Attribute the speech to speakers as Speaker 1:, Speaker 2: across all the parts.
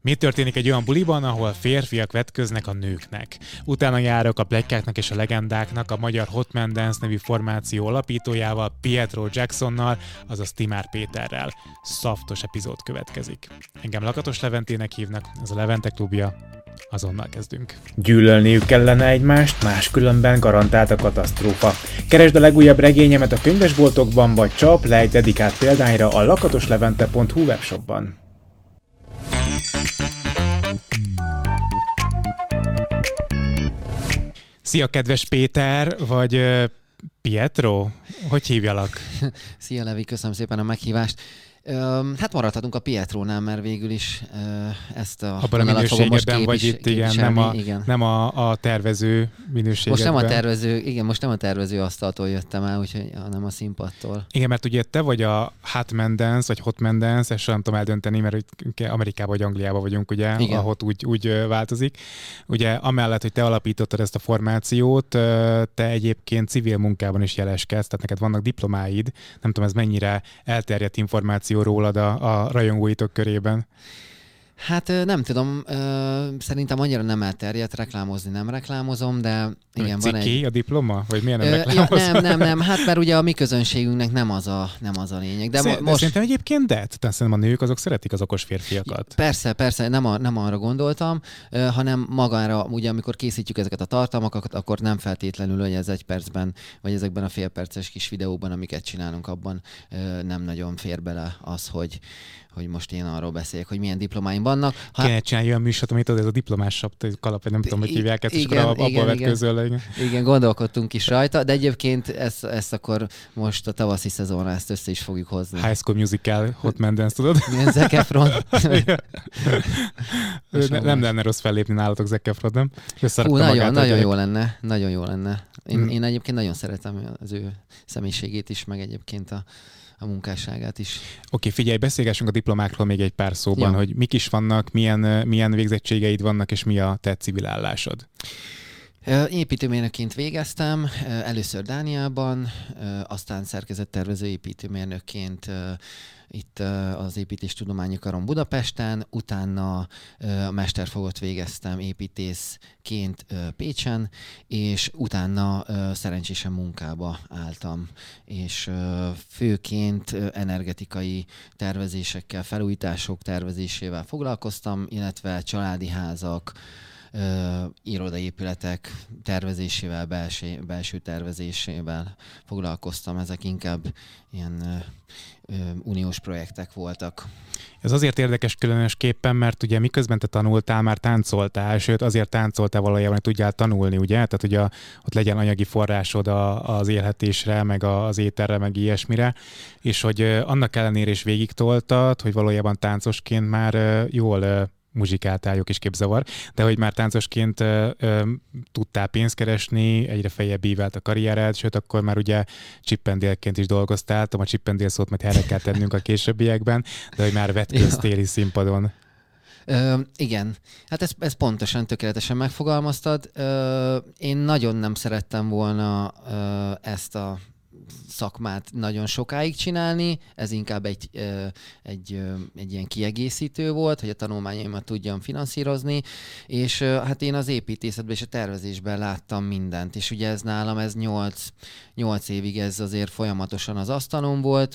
Speaker 1: Mi történik egy olyan buliban, ahol férfiak vetköznek a nőknek? Utána járok a pletykáknak és a legendáknak a magyar Hotman Dance nevű formáció alapítójával, Pietro Jacksonnal, azaz Timár Péterrel. Szaftos epizód következik. Engem Lakatos Leventének hívnak, ez a Levente klubja. Azonnal kezdünk.
Speaker 2: Gyűlölniük kellene egymást, máskülönben garantált a katasztrófa. Keresd a legújabb regényemet a könyvesboltokban, vagy csap le egy dedikált példányra a lakatoslevente.hu webshopban.
Speaker 1: Szia, kedves Péter, vagy Pietro? Hogy hívjalak?
Speaker 3: Szia, Levi, köszönöm szépen a meghívást. Hát maradhatunk a Pietrónál, mert végül is ezt a
Speaker 1: abban a minőségedben vagy itt, nem a tervező minőségedben.
Speaker 3: Most nem a tervező asztaltól jöttem el, úgyhogy, hanem a színpadtól.
Speaker 1: Igen, mert ugye te vagy a Hotman Dance, vagy Hotman Dance, ezt sem tudom eldönteni, mert Amerikában vagy Angliában vagyunk, ugye, ahol úgy változik. Ugye amellett, hogy te alapítottad ezt a formációt, te egyébként civil munkában is jeleskedsz, tehát neked vannak diplomáid, nem tudom, ez mennyire elterjedt információ rólad a rajongóitok körében?
Speaker 3: Hát nem tudom, szerintem annyira nem elterjedt, reklámozni nem reklámozom, de igen,
Speaker 1: van
Speaker 3: egy...
Speaker 1: a diploma? Vagy miért nem reklámozom?
Speaker 3: Nem, hát mert ugye a mi közönségünknek nem az a lényeg. De most...
Speaker 1: Szerintem egyébként tehát szerintem a nők azok szeretik az okos férfiakat.
Speaker 3: Persze, nem arra gondoltam, hanem magára, ugye amikor készítjük ezeket a tartalmakat, akkor nem feltétlenül, hogy ez egy percben, vagy ezekben a félperces kis videóban, amiket csinálunk, abban nem nagyon fér bele az, hogy most én arról beszéljek, hogy milyen diplomáim vannak.
Speaker 1: Kéne csinálni olyan műsort, amit ez a diplomásabb kalap, nem tudom, hogy hívják ezt, és akkor abból vetközöl.
Speaker 3: Igen, gondolkodtunk is rajta, de egyébként ezt akkor most a tavaszi szezonra ezt össze is fogjuk hozni.
Speaker 1: High School Musical, Hotman Dance, tudod?
Speaker 3: Zac Efron.
Speaker 1: Nem lenne rossz fellépni nálatok Zac Efron, nem?
Speaker 3: Nagyon jó lenne. Én egyébként nagyon szeretem az ő személyiségét is, meg egyébként a munkásságát is.
Speaker 1: Oké, figyelj, beszélgessünk a diplomákról még egy pár szóban, hogy mik is vannak, milyen végzettségeid vannak, és mi a te civil állásod.
Speaker 3: Építőmérnökként végeztem, először Dániában, aztán szerkezettervező építőmérnökként itt az Építéstudományi Karon Budapesten, utána mesterfogot végeztem építészként Pécsen, és utána szerencsésen munkába álltam, és főként energetikai tervezésekkel, felújítások tervezésével foglalkoztam, illetve családi házak, irodaépületek tervezésével, belső tervezésével foglalkoztam. Ezek inkább ilyen uniós projektek voltak.
Speaker 1: Ez azért érdekes különösképpen, mert ugye miközben te tanultál, már táncoltál, sőt azért táncoltál valójában, hogy tudjál tanulni, ugye? Tehát ugye ott legyen anyagi forrásod az élhetésre, meg az ételre, meg ilyesmire, és hogy annak ellenére is végigtoltad, hogy valójában táncosként már jól muzsikáltál, jó kis képzavar, de hogy már táncosként tudtál pénzt keresni, egyre feljebb ívált a karriered, sőt, akkor már ugye Chippendale-ként is dolgoztál, tudom, a Chippendale szót majd helyre kell tennünk a későbbiekben, de hogy már vetköztél is színpadon.
Speaker 3: Igen, hát ezt pontosan, tökéletesen megfogalmaztad. Én nagyon nem szerettem volna ezt a szakmát nagyon sokáig csinálni, ez inkább egy ilyen kiegészítő volt, hogy a tanulmányaimat tudjam finanszírozni, és hát én az építészetben és a tervezésben láttam mindent, és ugye ez nálam 8 évig ez azért folyamatosan az asztalon volt.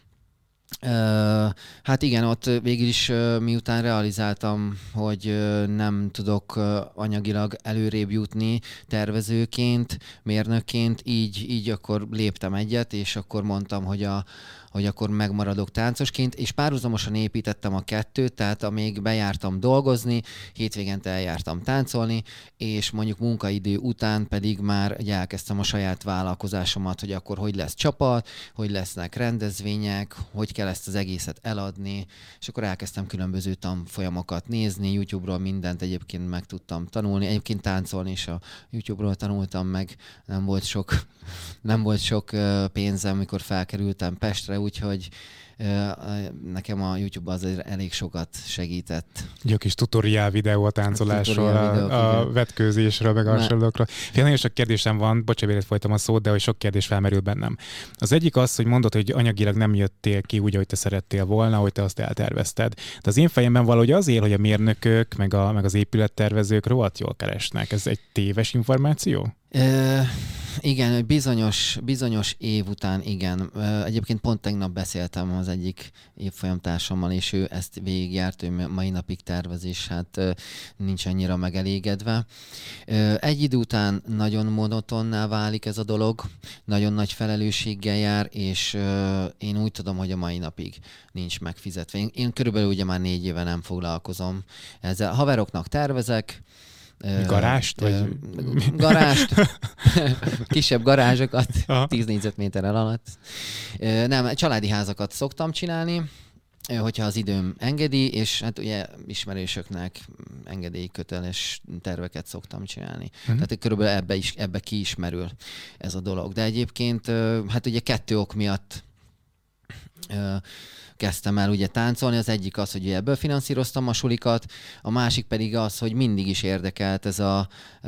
Speaker 3: Hát igen, ott végül is miután realizáltam, hogy nem tudok anyagilag előrébb jutni tervezőként, mérnökként, így akkor léptem egyet, és akkor mondtam, hogy akkor megmaradok táncosként, és párhuzamosan építettem a kettőt, tehát amíg bejártam dolgozni, hétvégente eljártam táncolni, és mondjuk munkaidő után pedig már elkezdtem a saját vállalkozásomat, hogy akkor hogy lesz csapat, hogy lesznek rendezvények, hogy kell ezt az egészet eladni, és akkor elkezdtem különböző tanfolyamokat nézni, YouTube-ról mindent egyébként meg tudtam tanulni, egyébként táncolni is a YouTube-ról tanultam meg, nem volt sok pénzem, amikor felkerültem Pestre, úgyhogy nekem a YouTube azért elég sokat segített.
Speaker 1: Jó kis tutoriál videó a táncolásról, a vetkőzésről, meg a hasonlókról. Nagyon sok kérdésem van, bocsánat, folytam a szót, de hogy sok kérdés felmerül bennem. Az egyik az, hogy mondod, hogy anyagilag nem jöttél ki úgy, ahogy te szerettél volna, hogy te azt eltervezted. De az én fejemben valahogy az él, hogy a mérnökök, meg az épülettervezők rohadt jól keresnek. Ez egy téves információ?
Speaker 3: Igen, hogy bizonyos év után igen. Egyébként pont tegnap beszéltem az egyik évfolyamtársammal, és ő ezt végigjárt, ő mai napig tervezés, hát nincs annyira megelégedve. Egy idő után nagyon monotonná válik ez a dolog, nagyon nagy felelősséggel jár, és én úgy tudom, hogy a mai napig nincs megfizetve. Én körülbelül ugye már 4 éve nem foglalkozom ezzel. Haveroknak tervezek,
Speaker 1: garást? Vagy...
Speaker 3: Garást, kisebb garázsokat, 10 négyzetméterrel alatt. Nem, családi házakat szoktam csinálni, hogyha az időm engedi, és hát ugye ismerősöknek engedélyköteles terveket szoktam csinálni. Tehát körülbelül ebbe kiismerül ez a dolog. De egyébként hát ugye 2 ok miatt kezdtem el ugye táncolni. Az egyik az, hogy ebből finanszíroztam a sulikat, a másik pedig az, hogy mindig is érdekelt ez a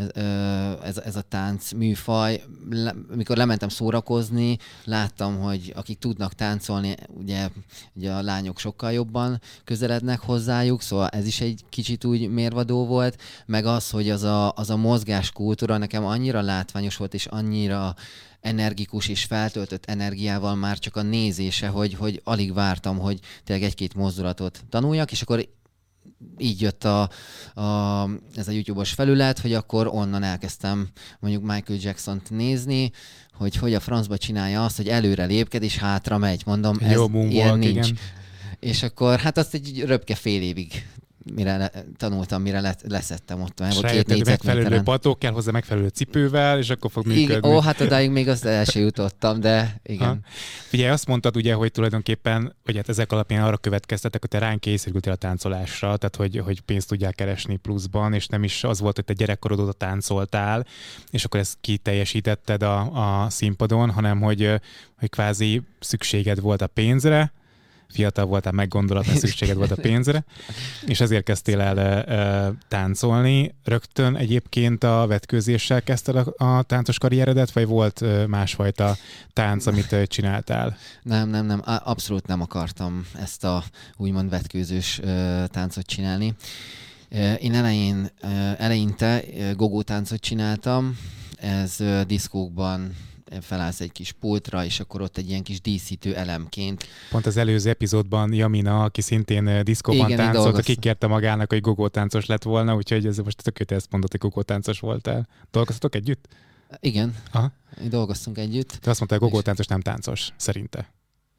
Speaker 3: tánc műfaj. Mikor lementem szórakozni, láttam, hogy akik tudnak táncolni, ugye a lányok sokkal jobban közelednek hozzájuk, szóval ez is egy kicsit úgy mérvadó volt, meg az, hogy az a mozgáskultúra nekem annyira látványos volt, és annyira energikus és feltöltött energiával már csak a nézése, hogy alig vártam, hogy tényleg 1-2 mozdulatot tanuljak, és akkor így jött ez a YouTube-os felület, hogy akkor onnan elkezdtem mondjuk Michael Jackson-t nézni, hogy a francba csinálja azt, hogy előre lépked és hátra megy. Mondom, ez ilyen nincs. Igen. És akkor hát azt egy röpke fél évig mire tanultam, mire leszettem ott.
Speaker 1: És rájöttem, megfelelő patok kell hozzá, megfelelő cipővel, és akkor fog működni.
Speaker 3: Igen, hát odáig még azt el sem jutottam, de igen.
Speaker 1: Figyelj, azt mondtad ugye, hogy tulajdonképpen, hogy hát ezek alapján arra következtetek, hogy te ránk készültél a táncolásra, tehát hogy pénzt tudjál keresni pluszban, és nem is az volt, hogy te gyerekkorod óta táncoltál, és akkor ezt kiteljesítetted a színpadon, hanem hogy kvázi szükséged volt a pénzre, fiatal voltál, meggondolatlan szükséged volt a pénzre, és ezért kezdtél el táncolni. Rögtön egyébként a vetkőzéssel kezdted a táncos karrieredet, vagy volt másfajta tánc, amit csináltál?
Speaker 3: Nem, abszolút nem akartam ezt a úgymond vetkőzős táncot csinálni. Én eleinte gogótáncot csináltam, ez diszkókban felállsz egy kis pultra, és akkor ott egy ilyen kis díszítő elemként.
Speaker 1: Pont az előző epizódban Jamina, aki szintén diszkóban táncolt, kikérte magának, hogy gogótáncos lett volna, úgyhogy ez most tökéletes ezt mondod, hogy gogótáncos voltál. Dolgoztatok együtt?
Speaker 3: Igen, dolgoztunk együtt.
Speaker 1: Te azt mondtál, hogy gogótáncos nem táncos, szerinte.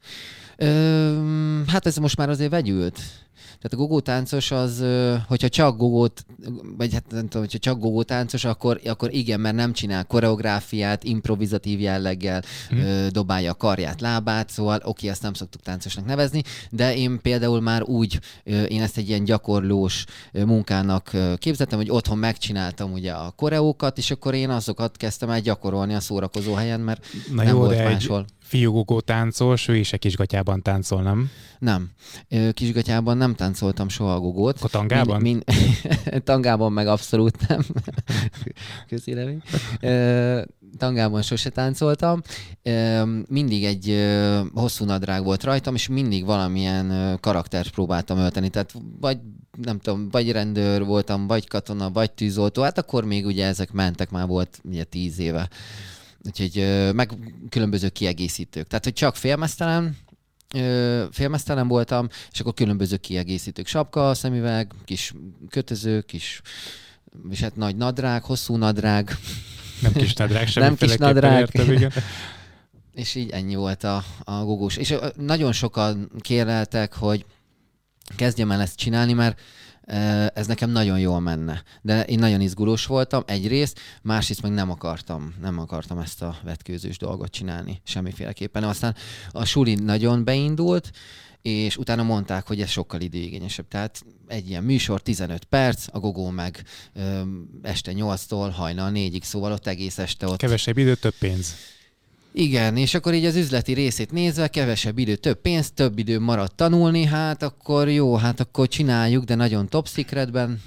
Speaker 3: Hát ez most már azért vegyült. Tehát a gogótáncos az, hogyha csak gogót, vagy hát nem tudom, hogyha csak gogótáncos, akkor igen, mert nem csinál koreográfiát, improvizatív jelleggel dobálja a karját, lábát, szóval oké, ezt nem szoktuk táncosnak nevezni, de én például már úgy, én ezt egy ilyen gyakorlós munkának képzeltem, hogy otthon megcsináltam ugye a koreókat, és akkor én azokat kezdtem el gyakorolni a szórakozó helyen, mert nem volt máshol.
Speaker 1: Fiúgogó táncos, ő is egy kisgatyában táncol, nem?
Speaker 3: Nem. Kisgatyában nem táncoltam soha a gogót.
Speaker 1: A tangában?
Speaker 3: Tangában meg abszolút nem. Köszönöm. Tangában sose táncoltam. Mindig egy hosszú nadrág volt rajtam, és mindig valamilyen karaktert próbáltam ölteni. Tehát vagy nem tudom, vagy rendőr voltam, vagy katona, vagy tűzoltó. Hát akkor még ugye ezek mentek, már volt ugye 10 éve. Úgyhogy meg különböző kiegészítők. Tehát, hogy csak félmeztelen voltam, és akkor különböző kiegészítők. Sapka, szemüveg, kis kötöző, kis, és hát nagy nadrág, hosszú nadrág.
Speaker 1: Nem kis nadrág,
Speaker 3: nem kis nadrág.
Speaker 1: Értem, igen.
Speaker 3: És így ennyi volt a gogós. És nagyon sokan kérleltek, hogy kezdjem el ezt csinálni, mert ez nekem nagyon jól menne. De én nagyon izgulós voltam egyrészt, másrészt meg nem akartam ezt a vetkőzős dolgot csinálni semmiféleképpen. Aztán a suli nagyon beindult, és utána mondták, hogy ez sokkal időigényesebb. Tehát egy ilyen műsor 15 perc, a gogó meg este 8-tól hajnal 4-ig, szóval ott egész este ott.
Speaker 1: Kevesebb idő, több pénz.
Speaker 3: Igen, és akkor így az üzleti részét nézve, kevesebb idő, több pénz, több idő maradt tanulni, hát akkor jó, hát akkor csináljuk, de nagyon top secretben.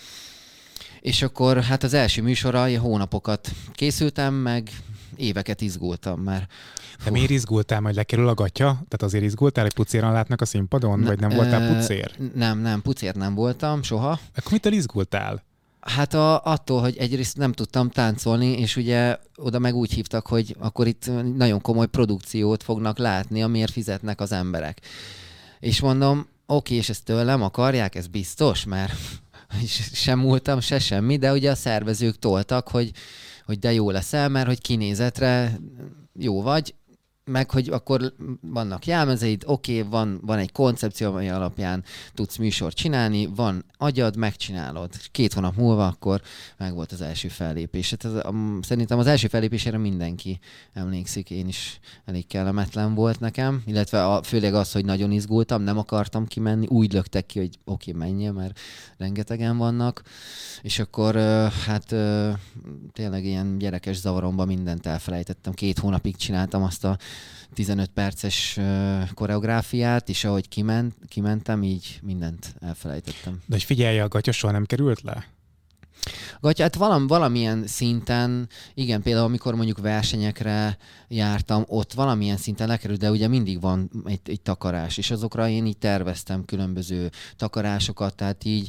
Speaker 3: És akkor hát az első műsorra hónapokat készültem, meg éveket izgultam már.
Speaker 1: De miért izgultál, majd lekerül a gatya? Tehát azért izgultál, hogy pucéran látnak a színpadon? Vagy nem voltál pucér?
Speaker 3: Nem, pucér nem voltam soha.
Speaker 1: Akkor mitől izgultál?
Speaker 3: Hát attól, hogy egyrészt nem tudtam táncolni, és ugye oda meg úgy hívtak, hogy akkor itt nagyon komoly produkciót fognak látni, amiért fizetnek az emberek. És mondom, oké, és ezt tőlem akarják, ez biztos, mert sem múltam, se semmi, de ugye a szervezők toltak, hogy de jó leszel, mert hogy kinézetre jó vagy, meg hogy akkor vannak jelmezeid, oké, van egy koncepció, amely alapján tudsz műsort csinálni, van agyad, megcsinálod. 2 hónap múlva akkor meg volt az első fellépés. Hát szerintem az első fellépésére mindenki emlékszik, én is elég kellemetlen volt nekem, illetve főleg az, hogy nagyon izgultam, nem akartam kimenni, úgy löktek ki, hogy oké, menjél, mert rengetegen vannak, és akkor hát tényleg ilyen gyerekes zavaromban mindent elfelejtettem. 2 hónapig csináltam azt a 15 perces koreográfiát, és ahogy kimentem, így mindent elfelejtettem.
Speaker 1: De hogy figyelj, a gatya soha nem került le?
Speaker 3: Hát valamilyen szinten, igen, például amikor mondjuk versenyekre jártam, ott valamilyen szinten lekerült, de ugye mindig van egy takarás, és azokra én így terveztem különböző takarásokat, tehát így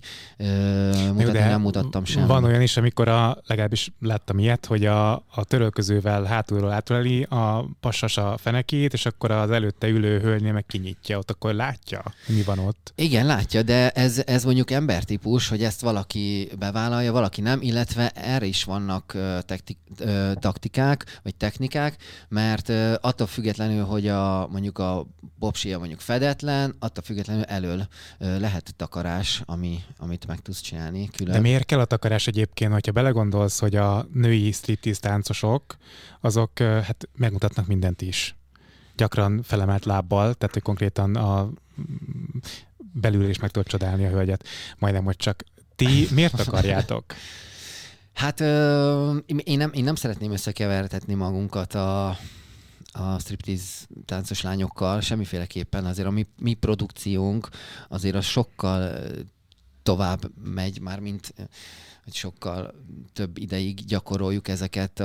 Speaker 3: nem mutattam semmit.
Speaker 1: Van olyan is, amikor legalábbis láttam ilyet, hogy a törölközővel hátulról átöleli a passas a fenekét, és akkor az előtte ülő hölgynél meg kinyitja, ott akkor látja, mi van ott.
Speaker 3: Igen, látja, de ez mondjuk embertípus, hogy ezt valaki bevállalja, valaki nem, illetve erre is vannak taktikák, vagy technikák, mert attól függetlenül, hogy mondjuk a popsia mondjuk fedetlen, attól függetlenül elől lehet takarás, amit meg tudsz csinálni külön.
Speaker 1: De miért kell a takarás egyébként, hogyha belegondolsz, hogy a női striptease táncosok, azok hát megmutatnak mindent is. Gyakran felemelt lábbal, tehát hogy konkrétan belül is meg tudod csodálni a hölgyet. Majdnem, hogy csak ti miért akarjátok?
Speaker 3: Hát én nem szeretném összekevertetni magunkat a striptease táncos lányokkal, semmiféleképpen. Azért a mi produkciónk azért az sokkal tovább megy, már mint hogy sokkal több ideig gyakoroljuk ezeket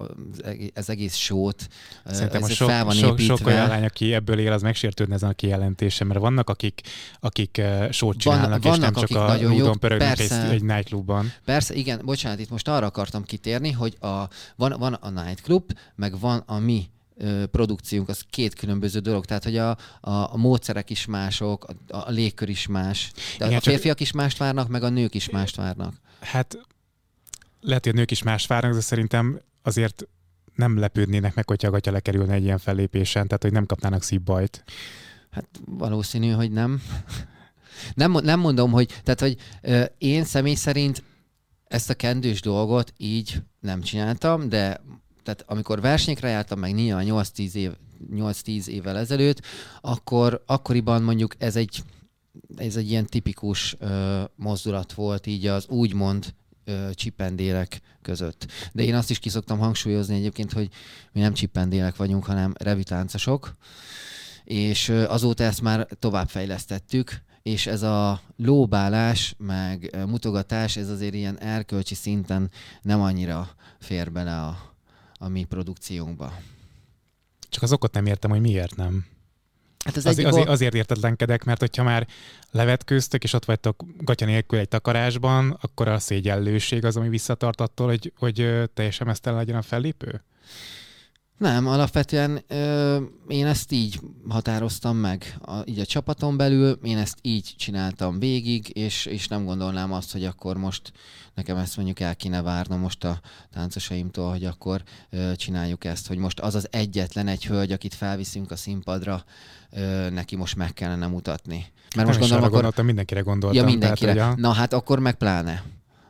Speaker 3: az egész sót.
Speaker 1: Szerintem sok olyan lány, aki ebből él, az megsértődne ezen a kijelentésen, mert vannak, akik sót csinálnak, és nem csak a rúdon pörögnek egy nightclubban.
Speaker 3: Persze, igen, bocsánat, itt most arra akartam kitérni, hogy van a nightclub, meg van a mi produkciónk, az 2 különböző dolog, tehát hogy a módszerek is mások, a légkör is más. De igen, a férfiak is mást várnak, meg a nők is mást várnak.
Speaker 1: Hát lehet, hogy a nők is más várnak, de szerintem azért nem lepődnének meg, hogyha a gatya lekerülne egy ilyen fellépésen, tehát hogy nem kapnának szívbajt.
Speaker 3: Hát valószínű, hogy nem. Nem mondom, hogy én személy szerint ezt a kendős dolgot így nem csináltam, de tehát amikor versenyekre jártam, meg nyilván 8-10 évvel ezelőtt, akkoriban mondjuk ez egy ilyen tipikus mozdulat volt így az úgymond csipendélek között. De én azt is ki szoktam hangsúlyozni egyébként, hogy mi nem csipendélek vagyunk, hanem revütáncosok, és azóta ezt már továbbfejlesztettük, és ez a lóbálás, meg mutogatás, ez azért ilyen erkölcsi szinten nem annyira fér bele a mi produkciónkba.
Speaker 1: Csak az okot nem értem, hogy miért nem.
Speaker 3: Hát
Speaker 1: azért értetlenkedek, mert hogyha már levetkőztök, és ott vagytok gatya nélkül egy takarásban, akkor a szégyellőség az, ami visszatart attól, hogy teljesen mesztelen legyen a fellépő?
Speaker 3: Nem, alapvetően én ezt így határoztam meg, így a csapaton belül, én ezt így csináltam végig, és nem gondolnám azt, hogy akkor most nekem ezt mondjuk el kéne várnom most a táncosaimtól, hogy akkor csináljuk ezt, hogy most az egyetlen egy hölgy, akit felviszünk a színpadra, neki most meg kellene mutatni. Mert most
Speaker 1: gondoltam, mindenkire gondoltam.
Speaker 3: Ja, mindenkire. Tehát, Na hát akkor meg pláne.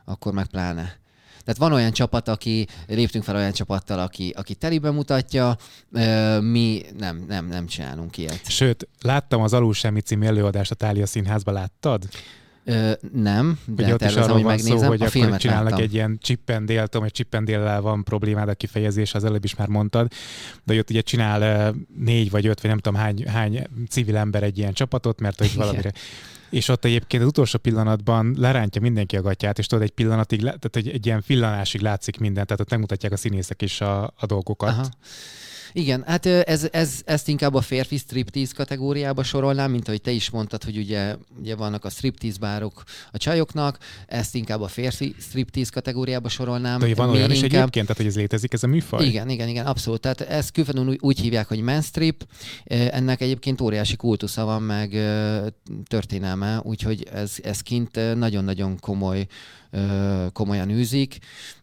Speaker 3: Tehát van olyan csapat, léptünk fel olyan csapattal, aki telibe mutatja, mi nem csinálunk ilyet.
Speaker 1: Sőt, láttam az Alul Semmi című előadást a Thália Színházban, láttad?
Speaker 3: Nem, de
Speaker 1: ugye ott is
Speaker 3: tervezem,
Speaker 1: arról
Speaker 3: hogy
Speaker 1: van
Speaker 3: megnézem.
Speaker 1: szó, hogy
Speaker 3: a
Speaker 1: akkor
Speaker 3: filmet
Speaker 1: csinálnak
Speaker 3: láttam.
Speaker 1: egy ilyen Chippendale, tudom, hogy Chippendale-lel van problémád a kifejezés, az előbb is már mondtad, de hogy ott ugye csinál 4 vagy 5, vagy nem tudom hány civil ember egy ilyen csapatot, mert hogy valamire... És ott egyébként az utolsó pillanatban lerántja mindenki a gatyát, és tudod, egy pillanatig, tehát egy ilyen villanásig látszik minden, tehát ott megmutatják a színészek is a dolgokat.
Speaker 3: Aha. Igen, hát ezt inkább a férfi striptease kategóriába sorolnám, mint ahogy te is mondtad, hogy ugye vannak a striptease bárok a csajoknak, ezt inkább a férfi striptease kategóriába sorolnám.
Speaker 1: De van olyan is egyébként, tehát hogy ez létezik, ez a műfaj?
Speaker 3: Igen, abszolút. Tehát ezt különben úgy hívják, hogy menstrip. Ennek egyébként óriási kultusza van, meg történelme, úgyhogy ez kint nagyon-nagyon komolyan űzik.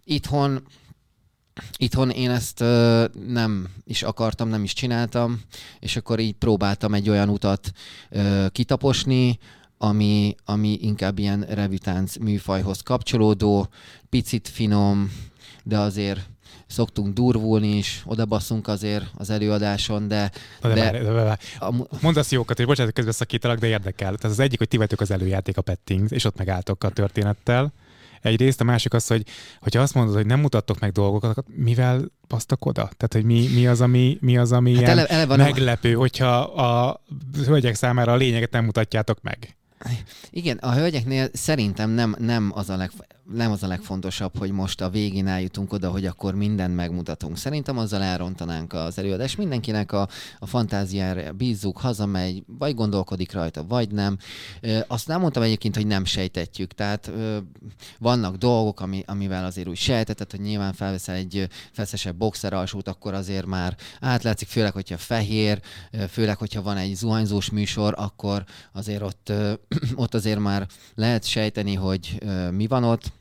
Speaker 3: Itthon én ezt nem is akartam, nem is csináltam, és akkor így próbáltam egy olyan utat kitaposni, ami inkább ilyen revütánc műfajhoz kapcsolódó, picit finom, de azért szoktunk durvulni is, odabasszunk azért az előadáson, de
Speaker 1: mondasz jókat, hogy bocsánat, közbeszakítalak, de érdekel. Tehát az egyik, hogy ti vagytok az előjáték a Pettings, és ott megálltok a történettel. Egyrészt, a másik az, hogyha azt mondod, hogy nem mutattok meg dolgokat, mivel basztak oda? Tehát, hogy mi az, ami hát ilyen meglepő, hogyha a hölgyek számára a lényeget nem mutatjátok meg?
Speaker 3: Igen, a hölgyeknél szerintem nem az a legfontosabb, hogy most a végén eljutunk oda, hogy akkor mindent megmutatunk. Szerintem azzal elrontanánk az előadást. Mindenkinek a fantáziára bízzuk, hazamegy, vagy gondolkodik rajta, vagy nem. Azt nem mondtam egyébként, hogy nem sejtetjük. Tehát vannak dolgok, amivel azért úgy sejtetett, hogy nyilván felveszel egy feszesebb boxeralsót, akkor azért már átlátszik, főleg, hogyha fehér, főleg, hogyha van egy zuhanyzós műsor, akkor azért ott azért már lehet sejteni, hogy mi van ott,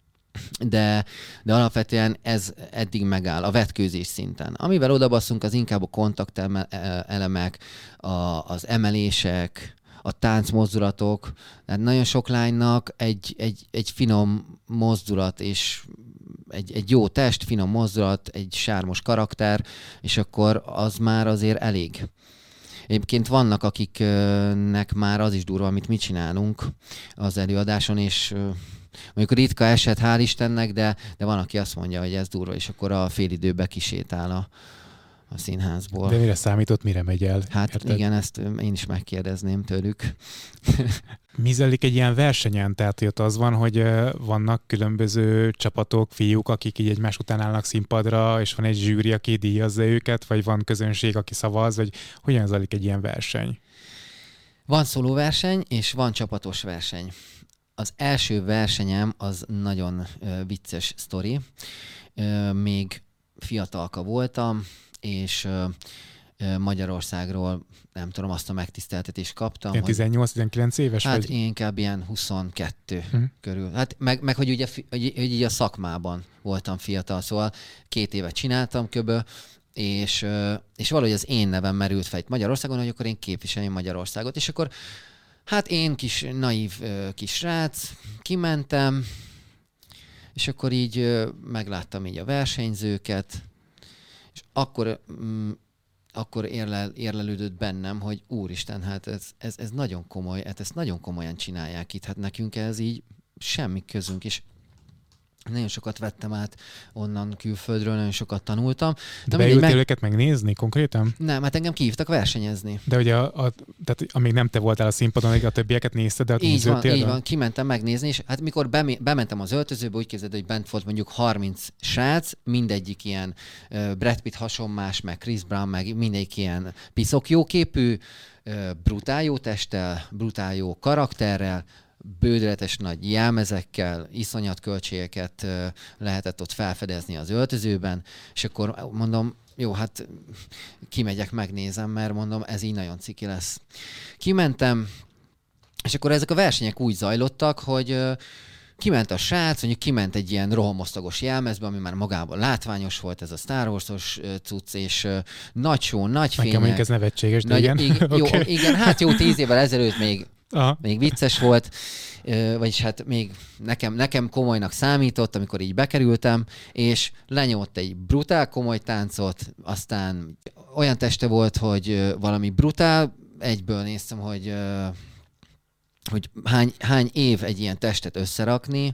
Speaker 3: de alapvetően ez eddig megáll a vetkőzés szinten. Amivel odabasszunk, az inkább a kontaktelemek, az emelések, a táncmozdulatok. Tehát nagyon sok lánynak egy finom mozdulat és egy jó test, finom mozdulat, egy sármos karakter, és akkor az már azért elég. Egyébként vannak, akiknek már az is durva, amit mi csinálunk az előadáson, és mondjuk ritka eset, hál' Istennek, de van, aki azt mondja, hogy ez durva, és akkor a félidőbe kisétál a színházból.
Speaker 1: De mire számított, mire megy el?
Speaker 3: Hát
Speaker 1: érted?
Speaker 3: Igen, ezt én is megkérdezném tőlük.
Speaker 1: Mi zajlik egy ilyen versenyen? Tehát ott az van, hogy vannak különböző csapatok, fiúk, akik így egymás után állnak színpadra, és van egy zsűri, aki díjazza őket, vagy van közönség, aki szavaz, vagy hogyan zajlik egy ilyen verseny?
Speaker 3: Van szólóverseny, és van csapatos verseny. Az első versenyem az nagyon vicces sztori. Még fiatalka voltam, és Magyarországról nem tudom, azt a megtiszteltetést kaptam.
Speaker 1: 18-19 éves
Speaker 3: hát
Speaker 1: vagy?
Speaker 3: Én inkább ilyen 22 körül. Hát meg hogy ugye hogy így a szakmában voltam fiatal, szóval 2 évet csináltam köbö, és valahogy az én nevem merült fel itt Magyarországon, hogy akkor én képviseljem Magyarországot, és akkor hát én kis naív kis srác, kimentem, és akkor így megláttam így a versenyzőket, és akkor érlelődött bennem, hogy úristen, hát ez nagyon komoly, hát ezt nagyon komolyan csinálják itt, hát nekünk ez így semmi közünk, és nagyon sokat vettem át onnan külföldről, nagyon sokat tanultam.
Speaker 1: De beültél őket megnézni konkrétan?
Speaker 3: Nem, hát engem kihívtak versenyezni.
Speaker 1: De ugye, tehát amíg nem te voltál a színpadon, a többieket nézted, de
Speaker 3: így van, kimentem megnézni, és hát mikor bementem az öltözőbe, úgy képzeld, hogy bent volt mondjuk 30 srác, mindegyik ilyen Brad Pitt hasonmás, meg Chris Brown, meg mindegyik ilyen piszok jóképű, brutál jó testtel, brutál jó karakterrel, bődületes nagy jelmezekkel, iszonyat költségeket lehetett ott felfedezni az öltözőben, és akkor mondom, jó, hát kimegyek, megnézem, mert mondom, ez így nagyon ciki lesz. Kimentem, és akkor ezek a versenyek úgy zajlottak, hogy kiment a srác, mondjuk kiment egy ilyen rohamosztagos jelmezbe, ami már magában látványos volt, ez a Star Wars-os cucc, és nagy só, nagy fények.
Speaker 1: Nekem mondjuk ez nevetséges, de igen.
Speaker 3: Jó, igen, hát jó, 10 évvel ezelőtt még vicces volt, vagyis hát még nekem komolynak számított, amikor így bekerültem, és lenyomott egy brutál komoly táncot, aztán olyan teste volt, hogy valami brutál, egyből néztem, hogy hogy hány év egy ilyen testet összerakni.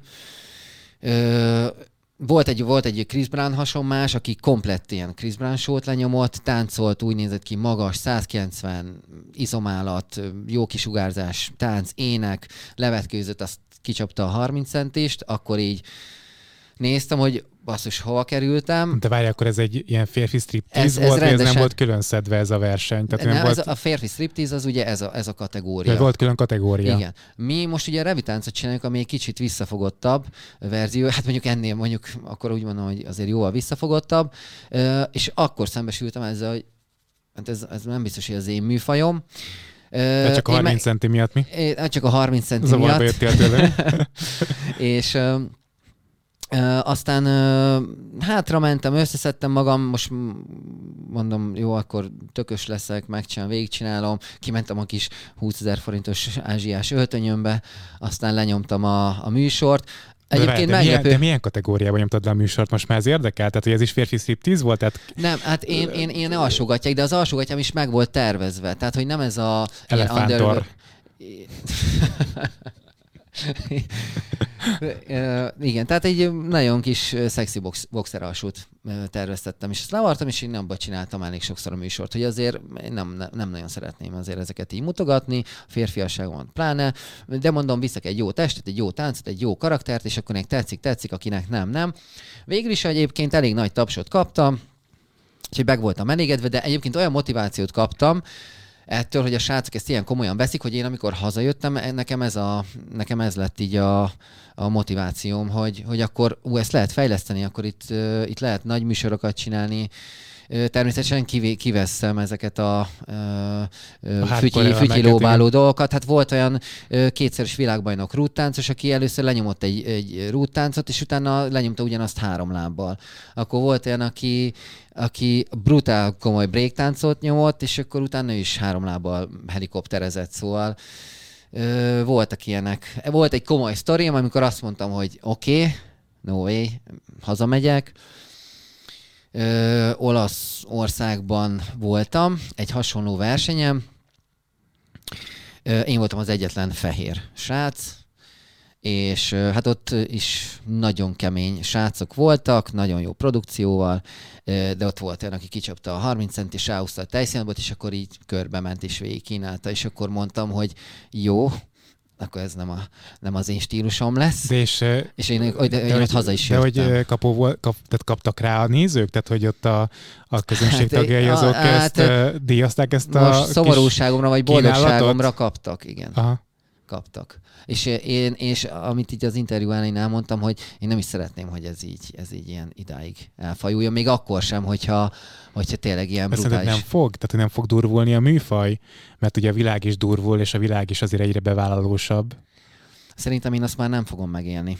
Speaker 3: Volt egy Chris Brown hasonmás, aki komplett ilyen Chris Brown show-t lenyomott, táncolt, úgy nézett ki, magas, 190, izomálat, jó kisugárzás, tánc, ének, levetkőzött, azt kicsapta a 30 centist, akkor így néztem, hogy basszus, hova kerültem.
Speaker 1: De várj, akkor ez egy ilyen férfi striptease volt, rendesen... vagy ez nem volt külön szedve ez a verseny? Tehát
Speaker 3: nem,
Speaker 1: volt...
Speaker 3: a férfi striptease az ugye ez a kategória.
Speaker 1: De volt külön kategória.
Speaker 3: Igen. Mi most ugye revitáncot csináljuk, ami egy kicsit visszafogottabb verzió, hát mondjuk akkor úgy mondom, hogy azért jóval visszafogottabb, és akkor szembesültem ezzel, hogy hát ez nem biztos, hogy az én műfajom.
Speaker 1: De csak a 30 centi miatt mi?
Speaker 3: Csak a 30 centi
Speaker 1: Zavarba
Speaker 3: miatt.
Speaker 1: jöttél tőle.
Speaker 3: És... aztán hátra mentem, összeszedtem magam, most mondom, jó, akkor tökös leszek, végigcsinálom, kimentem a kis 20 000 forintos ázsiás öltönyömbe, aztán lenyomtam a műsort. Egyébként meglepő...
Speaker 1: De milyen kategóriában nyomtad le a műsort? Most már ez érdekel? Tehát, hogy ez is férfi striptease volt? Tehát...
Speaker 3: Nem, hát én alsógatják, de az alsógatjám is meg volt tervezve. Tehát, hogy nem ez a...
Speaker 1: Elefántor.
Speaker 3: Igen, tehát egy nagyon kis szexi boxer alsót terveztettem, és ezt levartam, és én abba csináltam elég sokszor a műsort, hogy azért nem nagyon szeretném azért ezeket így mutogatni, a férfiasságon pláne, de mondom, viszek egy jó testet, egy jó táncot, egy jó karaktert, és akkor tetszik, akinek nem. Végül is egyébként elég nagy tapsot kaptam, úgyhogy meg voltam elégedve, de egyébként olyan motivációt kaptam ettől, hogy a srácok ezt ilyen komolyan veszik, hogy én amikor hazajöttem, nekem ez lett így a motivációm, hogy akkor ezt lehet fejleszteni, akkor itt lehet nagy műsorokat csinálni. Természetesen kiveszem ezeket a fütyilóbáló dolgokat. Hát volt olyan kétszeres világbajnok rúttáncos, aki először lenyomott egy rúttáncot, és utána lenyomta ugyanazt 3 lábbal. Akkor volt olyan, aki brutál komoly breaktáncot nyomott, és akkor utána ő is 3 lábbal helikopterezett, szóval voltak ilyenek. Volt egy komoly sztorium, amikor azt mondtam, hogy oké, no way, hazamegyek. Olaszországban voltam, egy hasonló versenyem. Én voltam az egyetlen fehér srác, és hát ott is nagyon kemény srácok voltak, nagyon jó produkcióval, de ott volt olyan, aki kicsapta a 30 centis, ráhúzta a tejszínabot, és akkor így körbe ment és végig kínálta, és akkor mondtam, hogy jó, akkor ez nem az én stílusom lesz. És én ott haza is jöttem.
Speaker 1: De hogy kaptak rá a nézők? Tehát, hogy ott a közönség tagjai azok díjazták ezt a
Speaker 3: most szomorúságomra vagy boldogságomra kaptak, igen. Aha. Kaptak. És amit így az interjú elején elmondtam, hogy én nem is szeretném, hogy ez így ilyen idáig elfajuljon, még akkor sem, hogyha tényleg ilyen brutális.
Speaker 1: Nem fog? Tehát nem fog durvulni a műfaj? Mert ugye a világ is durvul, és a világ is azért egyre bevállalósabb.
Speaker 3: Szerintem én azt már nem fogom megélni.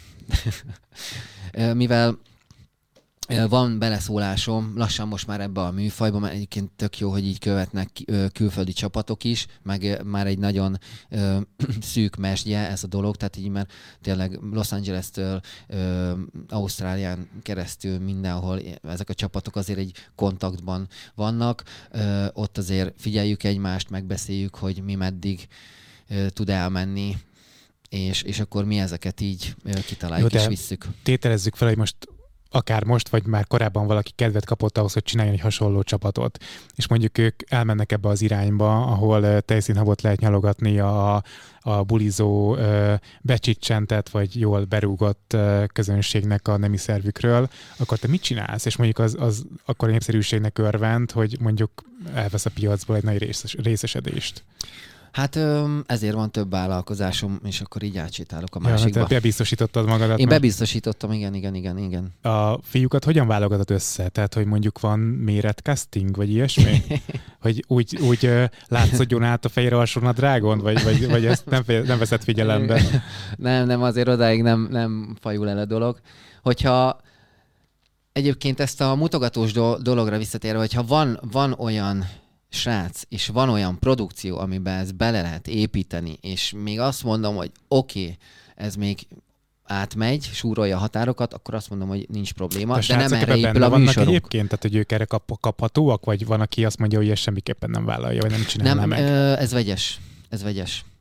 Speaker 3: Mivel van beleszólásom lassan most már ebbe a műfajba, mert egyébként tök jó, hogy így követnek külföldi csapatok is, meg már egy nagyon szűk mesdje ez a dolog, tehát így már tényleg Los Angeles-től Ausztrálián keresztül mindenhol ezek a csapatok azért egy kontaktban vannak, ott azért figyeljük egymást, megbeszéljük, hogy mi meddig tud elmenni, és akkor mi ezeket így kitaláljuk és visszük.
Speaker 1: Tételezzük fel, hogy akár most, vagy már korábban valaki kedvet kapott ahhoz, hogy csináljon egy hasonló csapatot. És mondjuk ők elmennek ebbe az irányba, ahol tejszínhabot lehet nyalogatni a bulizó, becsicsentett, vagy jól berúgott közönségnek a nemi szervükről, akkor te mit csinálsz? És mondjuk az akkor a népszerűségnek örvend, hogy mondjuk elvesz a piacból egy nagy részesedést.
Speaker 3: Hát ezért van több vállalkozásom, és akkor így átsétálok a másikba.
Speaker 1: Te bebiztosítottad magadat?
Speaker 3: Én bebiztosítottam, igen.
Speaker 1: A fiúkat hogyan válogatod össze? Tehát, hogy mondjuk van méretcasting, vagy ilyesmi? Hogy úgy látszódjon át a fehér alsónadrágon, vagy ezt nem veszed figyelembe?
Speaker 3: Nem, azért odáig nem fajul el a dolog. Hogyha egyébként ezt a mutogatós dologra visszatérve, hogyha van olyan srác, és van olyan produkció, amiben ezt bele lehet építeni, és még azt mondom, hogy oké, ez még átmegy, súrolja a határokat, akkor azt mondom, hogy nincs probléma, de nem erre épül a műsorunk.
Speaker 1: Egyébként, tehát hogy ők erre kaphatóak, vagy van, aki azt mondja, hogy ez semmiképpen nem vállalja, vagy nem csinálná meg?
Speaker 3: Ez vegyes.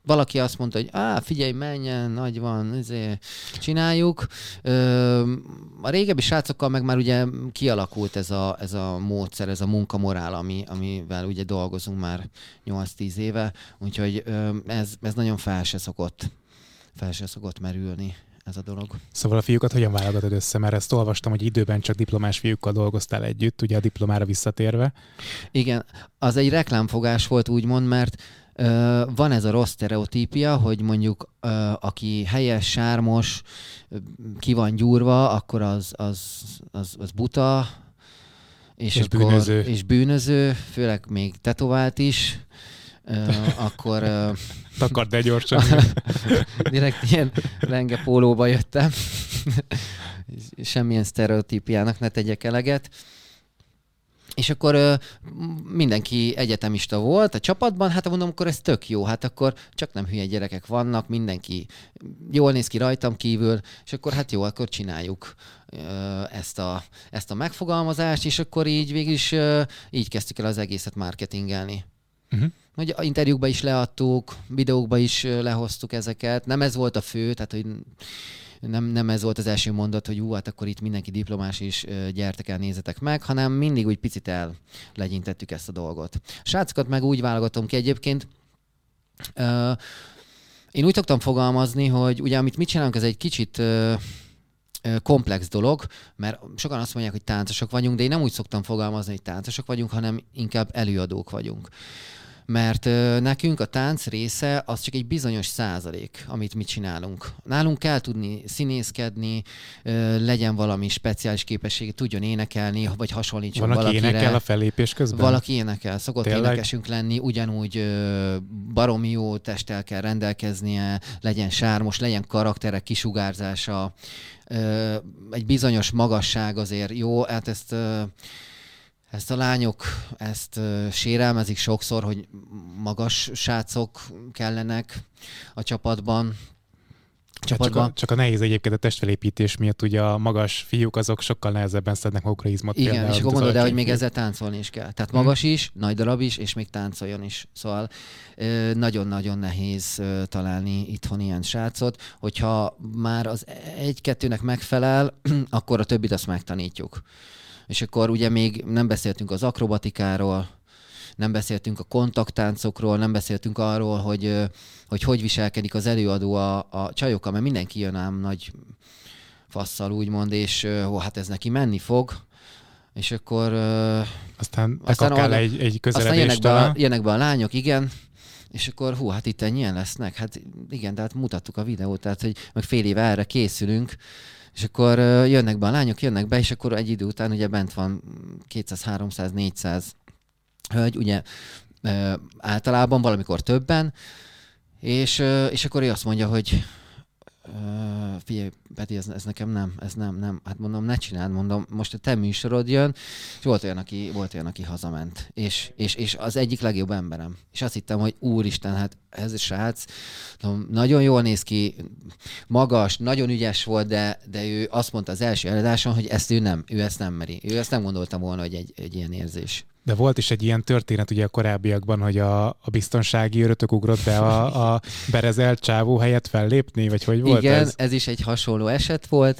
Speaker 3: valaki azt mondta, hogy figyelj, menjen, nagy van, csináljuk. A régebbi srácokkal meg már ugye kialakult ez a módszer, ez a munkamorál, amivel ugye dolgozunk már 8-10 éve, úgyhogy ez nagyon fel se szokott merülni ez a dolog.
Speaker 1: Szóval a fiúkat hogyan válogatod össze? Mert ezt olvastam, hogy időben csak diplomás fiúkkal dolgoztál együtt, ugye a diplomára visszatérve.
Speaker 3: Igen, az egy reklámfogás volt úgymond, mert van ez a rossz sztereotípia, hogy mondjuk aki helyes, sármos, ki van gyúrva, akkor az buta, és bűnöző, főleg még tetovált is, akkor...
Speaker 1: Takard de gyorsan.
Speaker 3: Direkt ilyen lenge pólóba jöttem. Semmilyen sztereotípiának ne tegyek eleget. És akkor mindenki egyetemista volt a csapatban, hát mondom, akkor ez tök jó, hát akkor csak nem hülye gyerekek vannak, mindenki jól néz ki rajtam kívül, és akkor hát jó, akkor csináljuk ezt a megfogalmazást, és akkor így végül is így kezdtük el az egészet marketingelni. Uh-huh. Hogy a interjúkba is leadtuk, videókba is lehoztuk ezeket, nem ez volt a fő, tehát hogy nem ez volt az első mondat, hogy hát akkor itt mindenki diplomás is, gyertek el, nézzetek meg, hanem mindig úgy picit legyintettük ezt a dolgot. A srácokat meg úgy válogatom ki egyébként. Én úgy szoktam fogalmazni, hogy ugye amit mit csinálunk, ez egy kicsit komplex dolog, mert sokan azt mondják, hogy táncosok vagyunk, de én nem úgy szoktam fogalmazni, hogy táncosok vagyunk, hanem inkább előadók vagyunk. Mert nekünk a tánc része az csak egy bizonyos százalék, amit mi csinálunk. Nálunk kell tudni színészkedni, legyen valami speciális képesség, tudjon énekelni, vagy hasonlítson valakire.
Speaker 1: Valaki énekel a fellépés közben?
Speaker 3: Valaki énekel, szokott énekesünk lenni, ugyanúgy baromi jó testtel kell rendelkeznie, legyen sármos, legyen karaktere, kisugárzása, egy bizonyos magasság azért jó, hát ezt a lányok sérelmezik sokszor, hogy magas srácok kellenek a csapatban.
Speaker 1: Csak a nehéz egyébként a testfelépítés miatt, ugye a magas fiúk azok sokkal nehezebben szednek magukra izmot.
Speaker 3: Igen, például, és akkor gondolod el, hogy még ezzel táncolni is kell. Tehát magas is, nagy darab is, és még táncoljon is. Szóval nagyon-nagyon nehéz találni itthon ilyen srácot. Hogyha már az egy-kettőnek megfelel, akkor a többit azt megtanítjuk. És akkor ugye még nem beszéltünk az akrobatikáról, nem beszéltünk a kontakttáncokról, nem beszéltünk arról, hogy viselkedik az előadó a csajokkal, mert mindenki jön ám nagy fasszal úgymond, és hát ez neki menni fog, és akkor...
Speaker 1: Aztán egy közeledést.
Speaker 3: Aztán jönnek be a lányok, igen, és akkor hát itt ennyien lesznek. Hát igen, de hát mutattuk a videót, tehát hogy meg fél éve erre készülünk, és akkor jönnek be a lányok, jönnek be, és akkor egy idő után ugye bent van 200, 300, 400 hölgy, ugye általában valamikor többen, és akkor ő azt mondja, hogy figyelj, Peti, ez nekem nem. Hát mondom, ne csináld, mondom, most a te műsorod jön, és volt olyan, aki hazament. És az egyik legjobb emberem. És azt hittem, hogy úristen, hát ez a srác nagyon jól néz ki, magas, nagyon ügyes volt, de ő azt mondta az első előadáson, hogy ő ezt nem meri. Ő ezt nem gondolta volna, hogy egy ilyen érzés.
Speaker 1: De volt is egy ilyen történet ugye a korábbiakban, hogy a biztonsági őrötök ugrott be a berezelt csávó helyett fellépni, vagy hogy volt
Speaker 3: ez?
Speaker 1: Igen,
Speaker 3: ez is egy hasonló eset volt.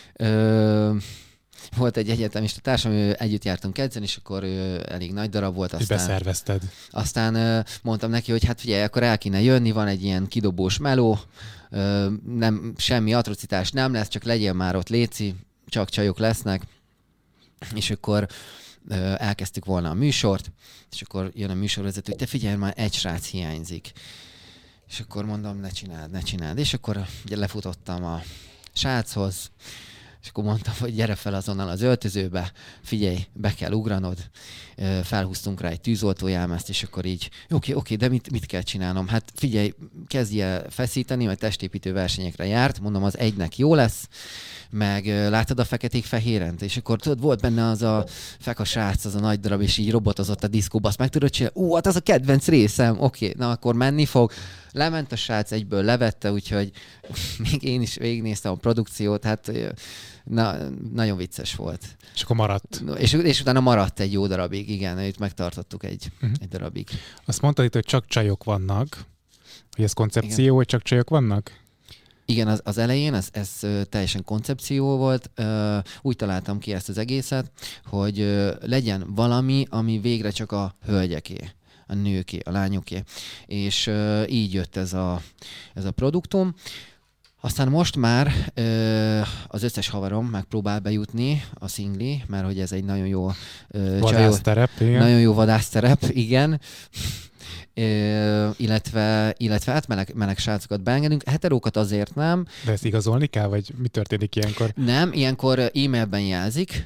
Speaker 3: Volt egy egyetemista társam, együtt jártunk edzeni, és akkor elég nagy darab volt.
Speaker 1: Aztán beszervezted.
Speaker 3: Aztán mondtam neki, hogy hát figyelj, akkor el kéne jönni, van egy ilyen kidobós meló, semmi atrocitás nem lesz, csak legyen már ott léci, csak csajok lesznek, és akkor elkezdtük volna a műsort, és akkor jön a műsorvezető, hogy te figyelj, már egy srác hiányzik. És akkor mondom, ne csináld. És akkor ugye lefutottam a sráchoz, és akkor mondtam, hogy gyere fel azonnal az öltözőbe, figyelj, be kell ugranod. Felhúztunk rá egy tűzoltójámászt, és akkor így, oké, de mit kell csinálnom? Hát figyelj, kezdj el feszíteni, mert testépítő versenyekre járt, mondom, az egynek jó lesz, meg látod a feketék-fehérent? És akkor tudod, volt benne az a feka srác, az a nagy darab, és így robotozott a diszkóba, azt meg tudod csinálni, hát az a kedvenc részem, oké, na akkor menni fog. Lement a srác, egyből levette, úgyhogy még én is végignéztem a produkciót, hát nagyon vicces volt.
Speaker 1: És akkor maradt.
Speaker 3: És utána maradt egy jó darabig, igen, őt megtartottuk egy darabig.
Speaker 1: Azt mondtad itt, hogy csak csajok vannak. Hogy ez koncepció, igen, hogy csak csajok vannak?
Speaker 3: Igen, az elején ez teljesen koncepció volt. Úgy találtam ki ezt az egészet, hogy legyen valami, ami végre csak a hölgyeké, a nőké, a lányoké. És így jött ez a produktum. Aztán most már az összes havarom megpróbál bejutni a szingli, mert hogy ez egy nagyon jó
Speaker 1: vadászterep, igen.
Speaker 3: Nagyon jó vadászterep, igen. Illetve hát meleg srácokat beengedünk, heterókat azért nem.
Speaker 1: De ezt igazolni kell, vagy mi történik ilyenkor?
Speaker 3: Nem, ilyenkor e-mailben jelzik.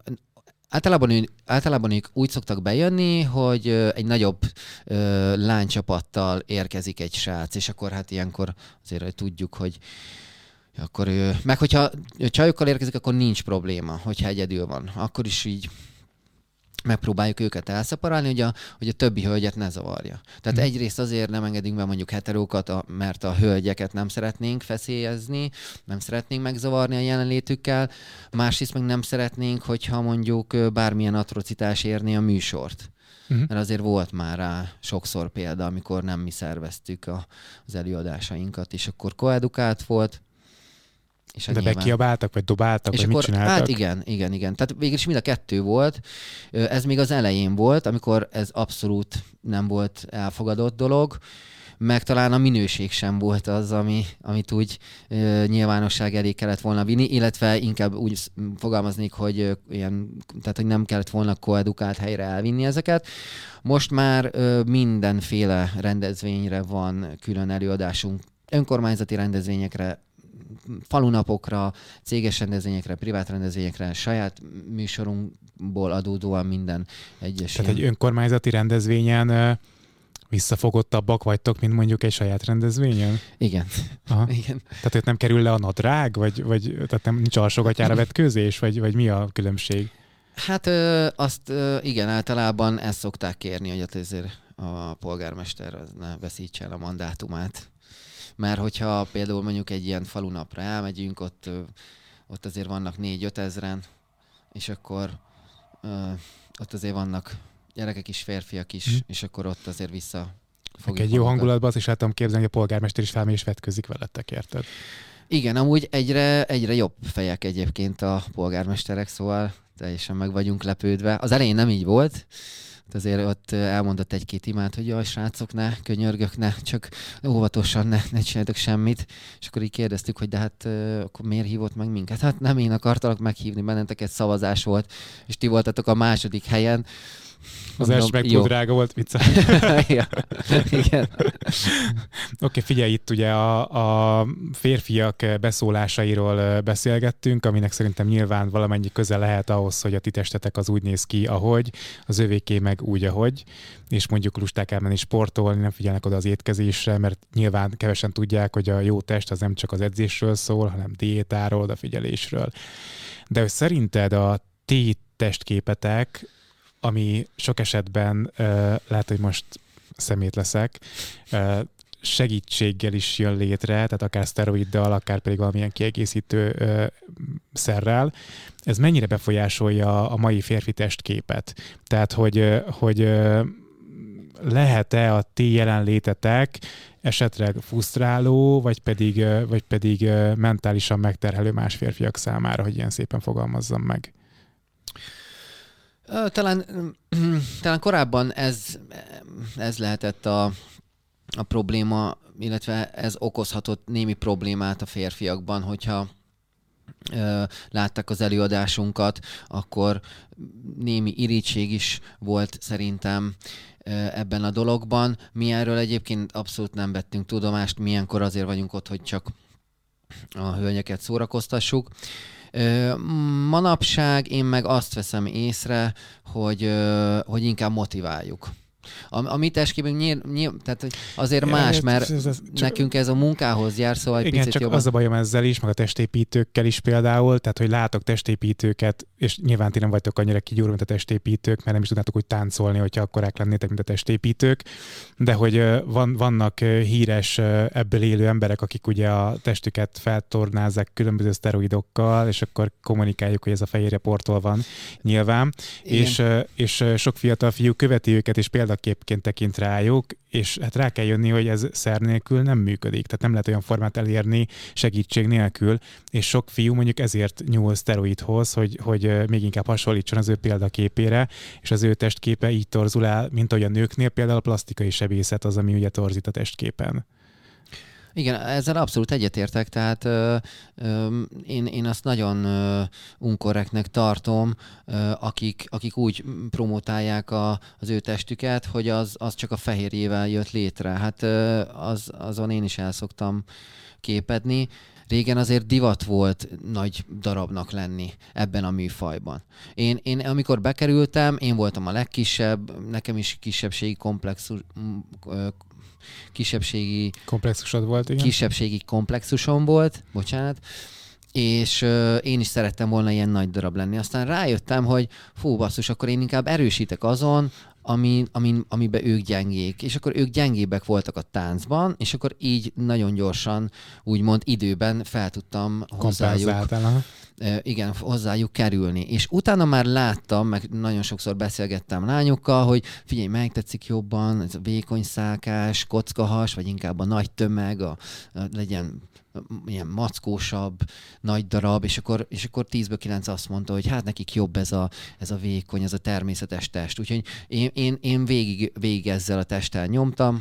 Speaker 3: Általában ők úgy szoktak bejönni, hogy egy nagyobb lánycsapattal érkezik egy srác, és akkor hát ilyenkor azért tudjuk, hogy akkor meg hogyha csajokkal érkezik, akkor nincs probléma, hogyha egyedül van. Akkor is így megpróbáljuk őket elszeparálni, hogy a többi hölgyet ne zavarja. Tehát egyrészt azért nem engedünk be mondjuk heterókat, mert a hölgyeket nem szeretnénk feszélyezni, nem szeretnénk megzavarni a jelenlétükkel, másrészt meg nem szeretnénk, hogyha mondjuk bármilyen atrocitás érni a műsort. Mert azért volt már rá sokszor példa, amikor nem mi szerveztük az előadásainkat, és akkor koedukált volt.
Speaker 1: És de bekiabáltak, vagy dobáltak, és vagy akkor, mit csináltak?
Speaker 3: Hát igen. Tehát végülis mind a kettő volt. Ez még az elején volt, amikor ez abszolút nem volt elfogadott dolog, meg talán a minőség sem volt az, amit úgy nyilvánosság elé kellett volna vinni, illetve inkább úgy fogalmaznék, hogy tehát hogy nem kellett volna koedukált helyre elvinni ezeket. Most már mindenféle rendezvényre van külön előadásunk, önkormányzati rendezvényekre, falunapokra, céges rendezvényekre, privát rendezvényekre, saját műsorunkból adódóan minden egyes.
Speaker 1: Tehát egy önkormányzati rendezvényen visszafogottabbak vagytok, mint mondjuk egy saját rendezvényen?
Speaker 3: Igen.
Speaker 1: Igen. Tehát ott nem kerül le a nadrág, vagy tehát nem nincs alsógatyára vetkőzés, vagy mi a különbség?
Speaker 3: Hát azt igen, általában ezt szokták kérni, hogy azért a polgármester az ne veszítse el a mandátumát. Mert hogyha például mondjuk egy ilyen falunapra elmegyünk, ott azért vannak 4-5 ezren, és akkor ott azért vannak gyerekek is, férfiak is, és akkor ott azért visszafogjuk.
Speaker 1: Egy jó hangulatban azt is láttam képzelni, hogy a polgármester is felmegy és vetközik veletek, érted?
Speaker 3: Igen, amúgy egyre jobb fejek egyébként a polgármesterek, szóval teljesen meg vagyunk lepődve. Az elején nem így volt, azért ott elmondott egy-két imát, hogy jaj, srácok, ne, könyörgök, ne, csak óvatosan, ne csináljatok semmit. És akkor így kérdeztük, hogy de hát akkor miért hívott meg minket? Hát nem én akartalak meghívni, benneteket szavazás volt, és ti voltatok a második helyen.
Speaker 1: Az első meg túl drága volt, vicca.
Speaker 3: Igen.
Speaker 1: Oké, figyelj, itt ugye a férfiak beszólásairól beszélgettünk, aminek szerintem nyilván valamennyi köze lehet ahhoz, hogy a ti testetek az úgy néz ki, ahogy, az övéké meg úgy, ahogy, és mondjuk lusták elmenni sportolni, nem figyelnek oda az étkezésre, mert nyilván kevesen tudják, hogy a jó test az nem csak az edzésről szól, hanem diétáról, odafigyelésről. De hogy szerinted a ti testképetek, ami sok esetben lehet, hogy most szemét leszek, segítséggel is jön létre, tehát akár szteroiddal, akár pedig valamilyen kiegészítő szerrel. Ez mennyire befolyásolja a mai férfi testképet? Tehát, hogy lehet-e a ti jelenlétetek esetleg frusztráló, vagy pedig mentálisan megterhelő más férfiak számára, hogy ilyen szépen fogalmazzam meg?
Speaker 3: Talán korábban ez lehetett a probléma, illetve ez okozhatott némi problémát a férfiakban, hogyha látták az előadásunkat, akkor némi irigység is volt szerintem ebben a dologban. Mi erről egyébként abszolút nem vettünk tudomást, mi ilyenkor azért vagyunk ott, hogy csak a hölgyeket szórakoztassuk. Manapság én meg azt veszem észre, hogy inkább motiváljuk. A mi testképünk tehát azért más, mert nekünk ez a munkához jár, szóval egy
Speaker 1: igen,
Speaker 3: picit
Speaker 1: csak
Speaker 3: jobban.
Speaker 1: Az a bajom ezzel is, meg a testépítőkkel is például, tehát hogy látok testépítőket, és nyilván ti nem vagytok annyira kigyúrva, mint a testépítők, mert nem is tudnátok úgy táncolni, hogyha akkorák lennétek, mint a testépítők, de hogy vannak híres ebből élő emberek, akik ugye a testüket feltornázzák különböző szteroidokkal, és akkor kommunikáljuk, hogy ez a fehérje portól van nyilván, és sok fiatal fiú követi őket, és példaként példaképként tekint rájuk, és hát rá kell jönni, hogy ez szer nélkül nem működik, tehát nem lehet olyan formát elérni segítség nélkül, és sok fiú mondjuk ezért nyúl szteroidhoz, hogy még inkább hasonlítson az ő példaképére, és az ő testképe így torzul el, mint ahogy a nőknél például a plastikai sebészet az, ami ugye torzít a testképen.
Speaker 3: Igen, ezzel abszolút egyetértek, tehát én azt nagyon unkorrektnek tartom, akik úgy promotálják az ő testüket, hogy az csak a fehérjével jött létre. Hát azon én is el szoktam képedni. Régen azért divat volt nagy darabnak lenni ebben a műfajban. Én amikor bekerültem, én voltam a legkisebb, nekem is kisebbségi
Speaker 1: komplexusod volt, igen.
Speaker 3: Kisebbségi komplexusom volt, bocsánat, és én is szerettem volna ilyen nagy darab lenni. Aztán rájöttem, hogy fú, basszus, akkor én inkább erősítek azon, amiben ők gyengék. És akkor ők gyengébbek voltak a táncban, és akkor így nagyon gyorsan, úgymond időben fel tudtam hozzájuk kerülni. És utána már láttam, meg nagyon sokszor beszélgettem lányokkal, hogy figyelj, melyik tetszik jobban, ez a vékony szálkás, kockahas, vagy inkább a nagy tömeg, legyen ilyen mackósabb, nagy darab, és akkor 10-ből 9 azt mondta, hogy hát nekik jobb ez a vékony, ez a természetes test. Úgyhogy én végig ezzel a testtel nyomtam.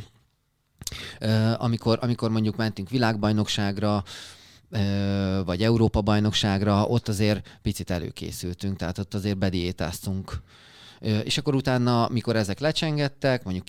Speaker 3: Amikor mondjuk mentünk világbajnokságra, vagy Európa-bajnokságra, ott azért picit előkészültünk, tehát ott azért bediétáztunk. És akkor utána, mikor ezek lecsengettek, mondjuk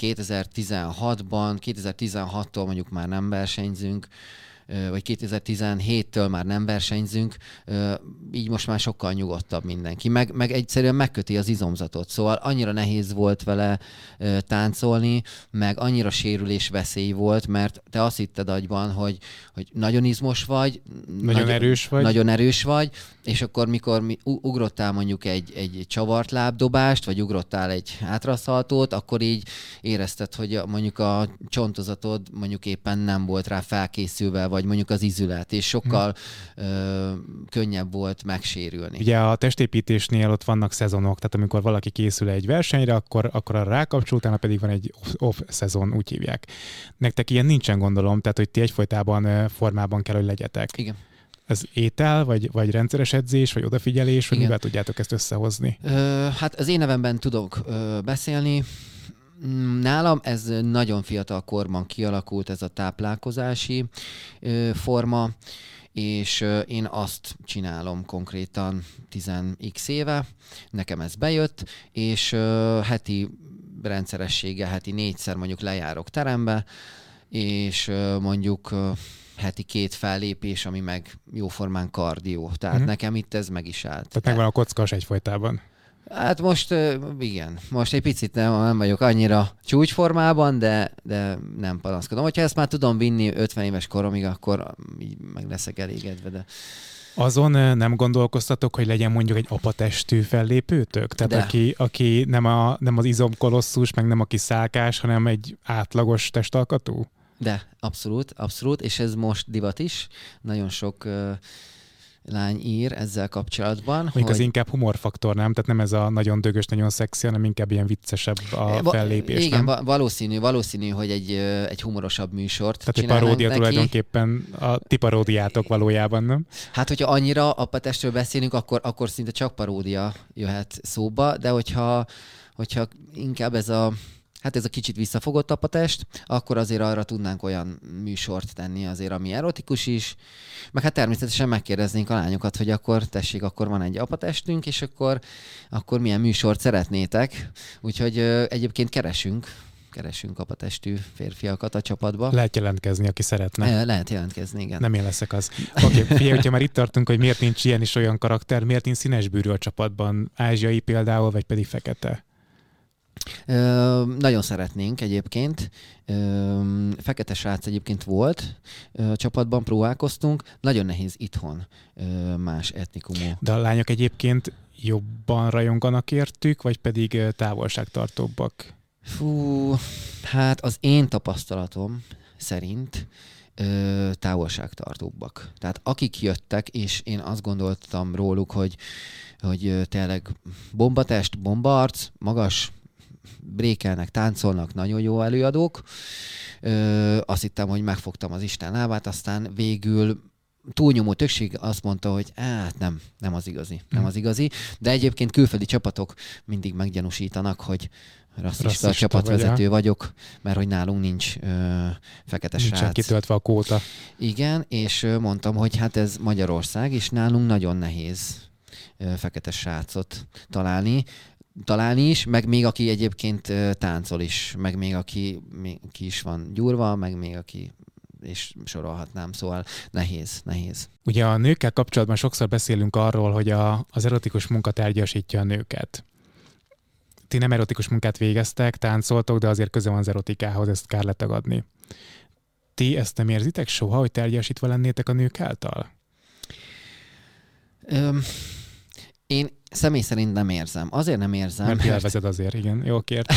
Speaker 3: 2016-tól mondjuk már nem versenyzünk, vagy 2017-től már nem versenyzünk, így most már sokkal nyugodtabb mindenki. Meg egyszerűen megköti az izomzatot, szóval annyira nehéz volt vele táncolni, meg annyira sérülés veszély volt, mert te azt hitted agyban, hogy nagyon izmos vagy, nagyon erős vagy, és akkor mikor ugrottál mondjuk egy csavart lábdobást, vagy ugrottál egy hátraszaltót, akkor így érezted, hogy mondjuk a csontozatod mondjuk éppen nem volt rá felkészülve, vagy mondjuk az izület, és sokkal könnyebb volt megsérülni.
Speaker 1: Ugye a testépítésnél ott vannak szezonok, tehát amikor valaki készül egy versenyre, akkor arra rákapcsol, utána pedig van egy off-szezon, úgy hívják. Nektek ilyen nincsen, gondolom, tehát hogy ti egyfolytában formában kell, hogy legyetek.
Speaker 3: Igen.
Speaker 1: Ez étel, vagy rendszeres edzés, vagy odafigyelés, vagy mivel tudjátok ezt összehozni?
Speaker 3: Hát az én nevemben tudok beszélni. Nálam ez nagyon fiatal korban kialakult, ez a táplálkozási forma, és én azt csinálom konkrétan 10x éve, nekem ez bejött, és heti rendszeressége, heti 4-szer mondjuk lejárok terembe, és mondjuk heti 2 fellépés, ami meg jóformán kardió. Tehát nekem itt ez meg is állt.
Speaker 1: Tehát megvan a kockas egyfolytában.
Speaker 3: Hát most igen, most egy picit nem vagyok annyira csúcsformában, de nem panaszkodom. Hogyha ezt már tudom vinni 50 éves koromig, akkor így meg leszek elégedve. De...
Speaker 1: Azon nem gondolkoztatok, hogy legyen mondjuk egy apatestű fellépőtök? Tehát aki nem az izomkolosszus, meg nem aki szálkás, hanem egy átlagos testalkatú?
Speaker 3: De, abszolút, és ez most divat is. Nagyon sok lány ír ezzel kapcsolatban.
Speaker 1: Mondjuk az inkább humorfaktor, nem? Tehát nem ez a nagyon dögös, nagyon szexi, hanem inkább ilyen viccesebb a fellépés,
Speaker 3: igen,
Speaker 1: nem?
Speaker 3: Valószínű, hogy egy humorosabb műsort
Speaker 1: tehát egy paródia tulajdonképpen a ti paródiátok valójában, nem?
Speaker 3: Hát, hogyha annyira apatestről beszélünk, akkor szinte csak paródia jöhet szóba, de hogyha inkább ez a kicsit visszafogott apatest, akkor azért arra tudnánk olyan műsort tenni azért, ami erotikus is, meg hát természetesen megkérdeznénk a lányokat, hogy akkor tessék, akkor van egy apatestünk, és akkor milyen műsort szeretnétek. Úgyhogy egyébként keresünk apatestű férfiakat a csapatba.
Speaker 1: Lehet jelentkezni, aki szeretne.
Speaker 3: Lehet jelentkezni, igen.
Speaker 1: Nem én leszek az. Oké, figyelj, hogyha már itt tartunk, hogy miért nincs ilyen is olyan karakter, miért nincs színesbőrű a csapatban, ázsiai például, vagy pedig fekete?
Speaker 3: Nagyon szeretnénk egyébként. Fekete srác egyébként volt, csapatban próbálkoztunk. Nagyon nehéz itthon más etnikumú.
Speaker 1: De a lányok egyébként jobban rajonganak értük, vagy pedig távolságtartóbbak?
Speaker 3: Fú, hát az én tapasztalatom szerint távolságtartóbbak. Tehát akik jöttek, és én azt gondoltam róluk, hogy tényleg bombatest, bombaarc, magas, brékelnek, táncolnak, nagyon jó előadók. Azt hittem, hogy megfogtam az Isten lábát, aztán végül túlnyomó többség azt mondta, hogy nem az igazi, nem az igazi, de egyébként külföldi csapatok mindig meggyanúsítanak, hogy rasszista csapatvezető vagyok, mert hogy nálunk nincs fekete srác.
Speaker 1: Nincsen kitöltve a kóta.
Speaker 3: Igen, és mondtam, hogy hát ez Magyarország, és nálunk nagyon nehéz fekete srácot találni is, meg még aki egyébként táncol is, meg még aki ki is van gyúrva, meg még aki, és sorolhatnám, szóval nehéz.
Speaker 1: Ugye a nőkkel kapcsolatban sokszor beszélünk arról, hogy az erotikus munka tárgyasítja a nőket. Ti nem erotikus munkát végeztek, táncoltok, de azért köze van az erotikához, ezt kár letagadni. Ti ezt nem érzitek soha, hogy tárgyasítva lennétek a nők által?
Speaker 3: Én személy szerint nem érzem. Azért nem érzem.
Speaker 1: Mert élvezed azért, igen. Jó kért.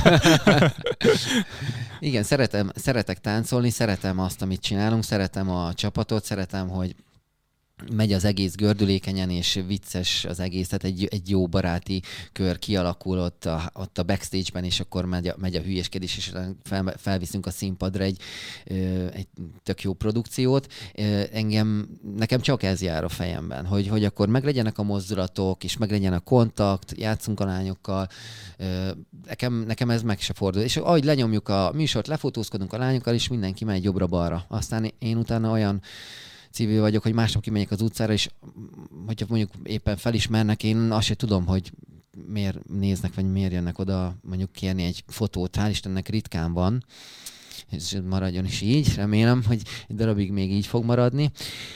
Speaker 3: Igen, szeretek táncolni, szeretem azt, amit csinálunk, szeretem a csapatot, szeretem, hogy megy az egész gördülékenyen, és vicces az egész, tehát egy jó baráti kör kialakul ott a backstage-ben, és akkor megy a hülyéskedés, és felviszünk a színpadra egy tök jó produkciót. Nekem csak ez jár a fejemben, hogy akkor meglegyenek a mozdulatok, és meglegyen a kontakt, játszunk a lányokkal. Nekem ez meg se fordul. És ahogy lenyomjuk a műsort, lefotózkodunk a lányokkal, és mindenki megy jobbra-balra. Aztán én utána olyan civil vagyok, hogy másnap kimegyek az utcára, és hogyha mondjuk éppen felismernek, én azt sem tudom, hogy miért néznek, vagy miért jönnek oda mondjuk kérni egy fotót. Hál' Istennek ritkán van, és maradjon is így, remélem, hogy egy darabig még így fog maradni.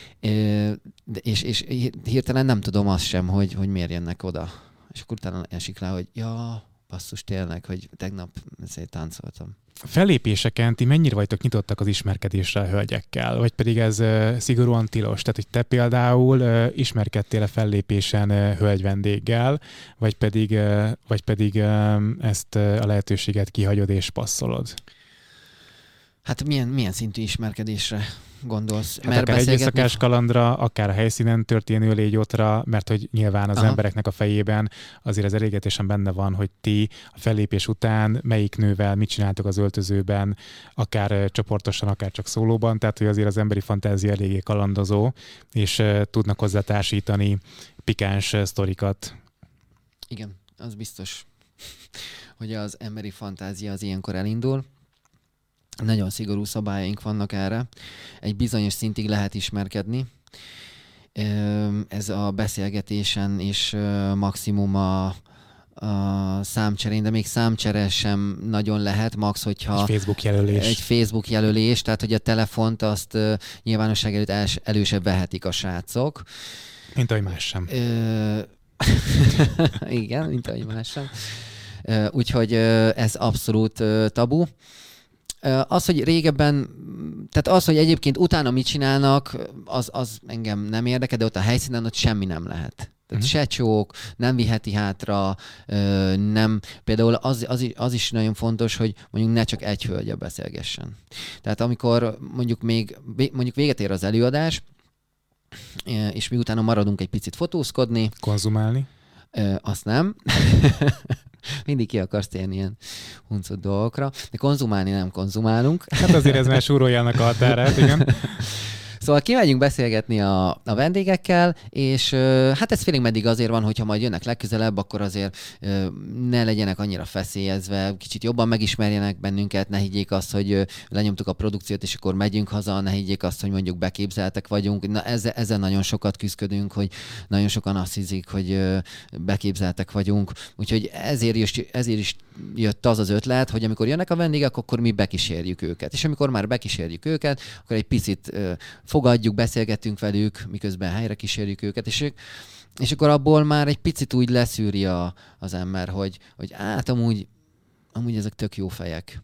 Speaker 3: És hirtelen nem tudom azt sem, hogy miért jönnek oda. És akkor utána esik rá, hogy basszus, tényleg, hogy tegnap táncoltam.
Speaker 1: Fellépéseken ti mennyire vagytok nyitottak az ismerkedésre a hölgyekkel? Vagy pedig ez szigorúan tilos? Tehát, hogy te például ismerkedtél a fellépésen hölgy vendéggel, vagy pedig ezt a lehetőséget kihagyod és passzolod?
Speaker 3: Hát milyen szintű ismerkedésre gondolsz?
Speaker 1: Hát mert akár egy éjszakás kalandra, akár a helyszínen történő légyótra, mert hogy nyilván az embereknek a fejében azért ez elégetősen benne van, hogy ti a fellépés után melyik nővel mit csináltok az öltözőben, akár csoportosan, akár csak szólóban, tehát hogy azért az emberi fantázia eléggé kalandozó, és tudnak hozzá társítani pikáns sztorikat.
Speaker 3: Igen, az biztos, hogy az emberi fantázia az ilyenkor elindul. Nagyon szigorú szabályaink vannak erre. Egy bizonyos szintig lehet ismerkedni. Ez a beszélgetésen is maximum a számcserén, de még számcsere sem nagyon lehet, max, hogyha egy Facebook jelölés, tehát hogy a telefont azt nyilvánosság előtt elő sem vehetik a srácok.
Speaker 1: Mint ahogy más sem.
Speaker 3: Igen, mint ahogy más sem. Úgyhogy ez abszolút tabu. Az, hogy régebben, tehát az, hogy egyébként utána mit csinálnak, az engem nem érdekel, de ott a helyszínen ott semmi nem lehet. Tehát se csók, nem viheti hátra, nem. Például az is nagyon fontos, hogy mondjuk ne csak egy hölgyel beszélgessen. Tehát amikor mondjuk véget ér az előadás, és mi utána maradunk egy picit fotózkodni.
Speaker 1: Konzumálni?
Speaker 3: Azt nem. Mindig ki akarsz térni ilyen huncut dolgokra, de konzumálni nem konzumálunk.
Speaker 1: Hát azért ez már súrolja annak a határát, igen.
Speaker 3: Szóval kimegyünk beszélgetni a vendégekkel, és hát ez félig meddig azért van, hogyha majd jönnek legközelebb, akkor azért ne legyenek annyira feszélyezve, kicsit jobban megismerjenek bennünket, ne higgyék azt, hogy lenyomtuk a produkciót, és akkor megyünk haza, ne higgyék azt, hogy mondjuk beképzeltek vagyunk. Na, ezzel nagyon sokat küzdködünk, hogy nagyon sokan azt hiszik, hogy beképzeltek vagyunk. Úgyhogy ezért is jött az ötlet, hogy amikor jönnek a vendégek, akkor mi bekísérjük őket. És amikor már bekísérjük őket, akkor egy picit fogadjuk, beszélgetünk velük, miközben helyre kísérjük őket, és akkor abból már egy picit úgy leszűri az ember, hogy amúgy ezek tök jó fejek.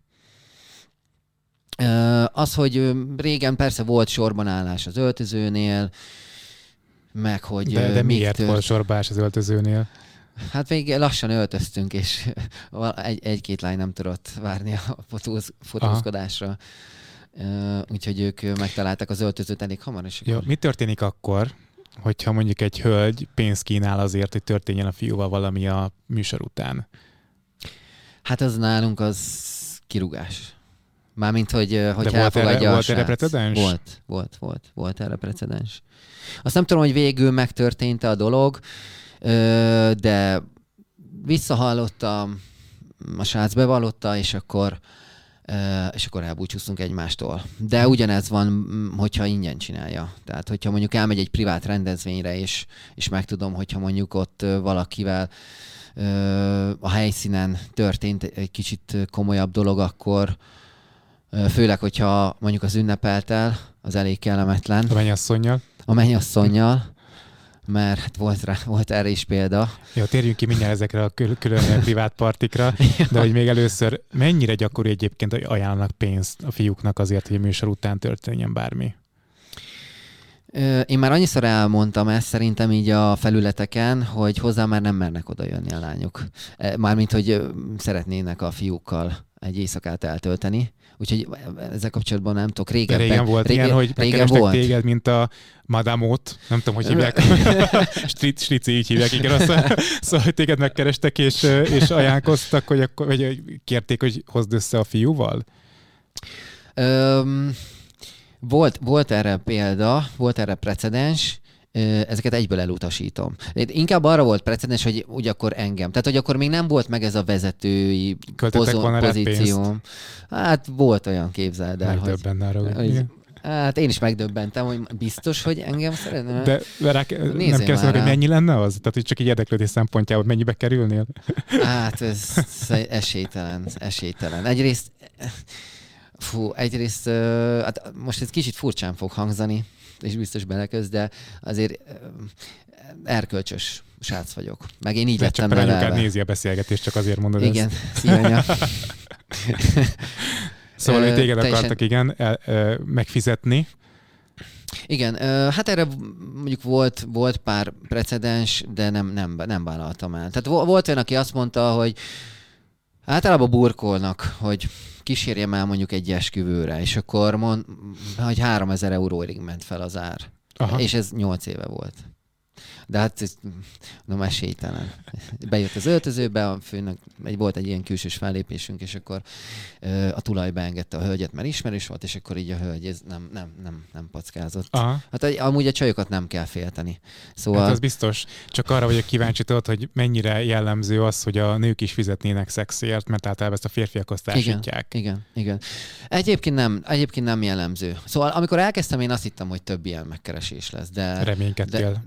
Speaker 3: Az, hogy régen persze volt sorbanállás az öltözőnél, meg hogy...
Speaker 1: De miért volt sorbanállás az öltözőnél?
Speaker 3: Hát még lassan öltöztünk, és egy-két lány nem tudott várni a fotózkodásra. Úgyhogy ők megtalálták az öltözőt elég hamar. És
Speaker 1: jó, mi történik akkor, hogyha mondjuk egy hölgy pénzt kínál azért, hogy történjen a fiúval valami a műsor után?
Speaker 3: Hát az nálunk az kirúgás. Mármint, hogy
Speaker 1: volt
Speaker 3: elfogadja
Speaker 1: volt erre precedens?
Speaker 3: Volt erre precedens. Azt nem tudom, hogy végül megtörtént-e a dolog, de visszahallottam, a srác bevallotta, és akkor elbúcsúztunk egymástól. De ugyanez van, hogyha ingyen csinálja. Tehát, hogyha mondjuk elmegy egy privát rendezvényre, és megtudom, hogyha mondjuk ott valakivel a helyszínen történt egy kicsit komolyabb dolog, akkor főleg, hogyha mondjuk az ünnepeltel, az elég kellemetlen. A mennyasszonnyal, mert hát volt erre is példa.
Speaker 1: Jó, térjünk ki mindjárt ezekre a külön privát partikra, de hogy még először mennyire gyakori egyébként, hogy ajánlanak pénzt a fiúknak azért, hogy a műsor után történjen bármi?
Speaker 3: Én már annyiszor elmondtam ezt szerintem így a felületeken, hogy hozzá már nem mernek oda jönni a lányok. Mármint, hogy szeretnének a fiúkkal egy éjszakát eltölteni. Úgyhogy ezzel kapcsolatban nem tudok.
Speaker 1: Régen volt ilyen, hogy megkerestek téged, mint a Madamot, nem tudom, hogy hívják. Strici így hívják, igen. Szóval, hogy téged megkerestek, és ajánlkoztak, vagy kérték, hogy hozd össze a fiúval?
Speaker 3: Volt erre példa, volt erre precedens, ezeket egyből elutasítom. Inkább arra volt precedens, hogy úgy akkor engem. Tehát, hogy akkor még nem volt meg ez a vezetői pozíció. Hát volt olyan, képzeld el, hogy hát én is megdöbbentem, hogy biztos, hogy engem szeretne.
Speaker 1: De nem kérdezem, hogy mennyi lenne az? Tehát, hogy csak így érdeklődés szempontjából mennyibe kerülnél?
Speaker 3: Hát ez esélytelen. Egyrészt, hát most ez kicsit furcsán fog hangzani, és biztos beleköz, de azért erkölcsös srác vagyok. Meg én így lettem nevelve.
Speaker 1: Csak anyukád nézi a beszélgetést, csak azért mondod ezt.
Speaker 3: Igen, szia anya.
Speaker 1: Szóval, hogy téged akartak, megfizetni.
Speaker 3: Igen, hát erre mondjuk volt pár precedens, de nem vállaltam el. Tehát volt olyan, aki azt mondta, hogy általában burkolnak, hogy kísérjem el mondjuk egy esküvőre, és akkor hogy 3000 euróig ment fel az ár. Aha. És ez 8 éve volt. De hát ez esélytelen. Bejött az öltözőbe, a főnök, volt egy ilyen külsős fellépésünk, és akkor a tulaj beengedte a hölgyet, mert ismerős volt, és akkor így a hölgy ez nem packázott. Aha. Hát amúgy a csajokat nem kell félteni. Szóval...
Speaker 1: Hát az biztos. Csak arra vagyok kíváncsi, tudod, hogy mennyire jellemző az, hogy a nők is fizetnének szexért, mert általában ezt a férfiakhoz társítják.
Speaker 3: Igen. Egyébként nem jellemző. Szóval amikor elkezdtem, én azt hittem, hogy több ilyen megkeresés lesz. De
Speaker 1: reménykedtél.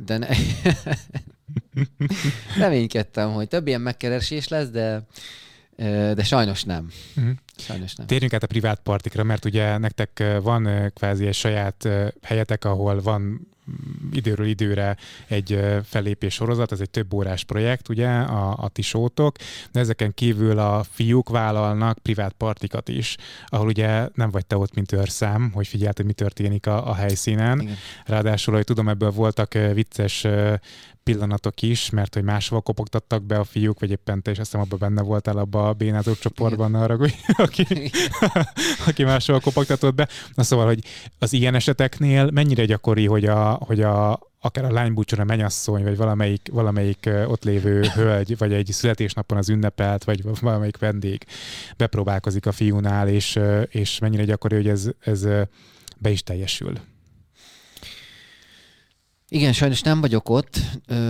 Speaker 3: Reménykedtem, hogy több ilyen megkeresés lesz, de sajnos nem. Sajnos nem.
Speaker 1: Térjünk át a privát partikra, mert ugye nektek van kvázi egy saját helyetek, ahol van időről időre egy fellépés sorozat, ez egy több órás projekt, ugye, a ti sótok, de ezeken kívül a fiúk vállalnak privát partikat is, ahol ugye nem vagy te ott, mint őrszám, hogy figyeld, hogy mi történik a helyszínen. Igen. Ráadásul, hogy tudom, ebből voltak vicces pillanatok is, mert hogy máshol kopogtattak be a fiúk, vagy éppen te is azt hiszem abban benne voltál abban a bénázó csoportban, arra, aki máshol kopogtatott be. Na szóval, hogy az ilyen eseteknél mennyire gyakori, hogy akár a lánybúcson a mennyasszony, vagy valamelyik ott lévő hölgy, vagy egy születésnapon az ünnepelt, vagy valamelyik vendég bepróbálkozik a fiúnál, és mennyire gyakori, hogy ez be is teljesül.
Speaker 3: Igen, sajnos nem vagyok ott,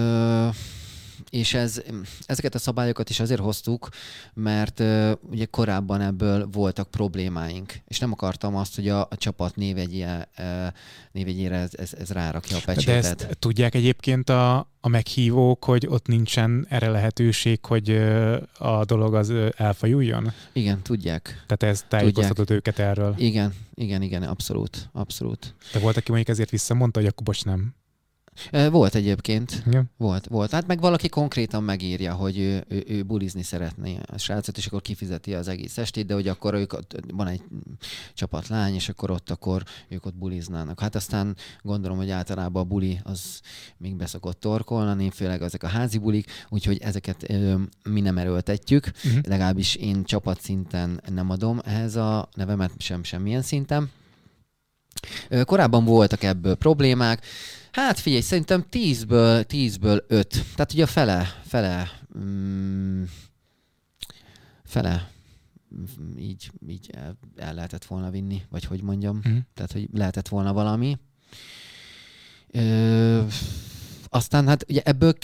Speaker 3: és ezeket a szabályokat is azért hoztuk, mert ugye korábban ebből voltak problémáink, és nem akartam azt, hogy a csapat névjegyére ez rárakja a pecsétet.
Speaker 1: De ezt tudják egyébként a meghívók, hogy ott nincsen erre lehetőség, hogy a dolog az elfajuljon?
Speaker 3: Igen, tudják.
Speaker 1: Tehát ez tájékoztatott őket erről?
Speaker 3: Igen, abszolút.
Speaker 1: De volt, aki mondjuk ezért visszamondta, hogy akkor most nem?
Speaker 3: Volt egyébként.
Speaker 1: Igen.
Speaker 3: Volt. Hát meg valaki konkrétan megírja, hogy ő bulizni szeretné a srácot, és akkor kifizeti az egész estét, de hogy akkor van egy csapatlány, és akkor ők ott buliznának. Hát aztán gondolom, hogy általában a buli az még beszokott torkolni, főleg ezek a házi bulik, úgyhogy ezeket mi nem erőltetjük. Legalábbis én csapatszinten nem adom ehhez a nevemet semmilyen szinten. Korábban voltak ebből problémák. Hát figyelj, szerintem 10-ből 5. Tehát ugye a fele így el lehetett volna vinni, vagy hogy mondjam. Tehát, hogy lehetett volna valami. Aztán hát ugye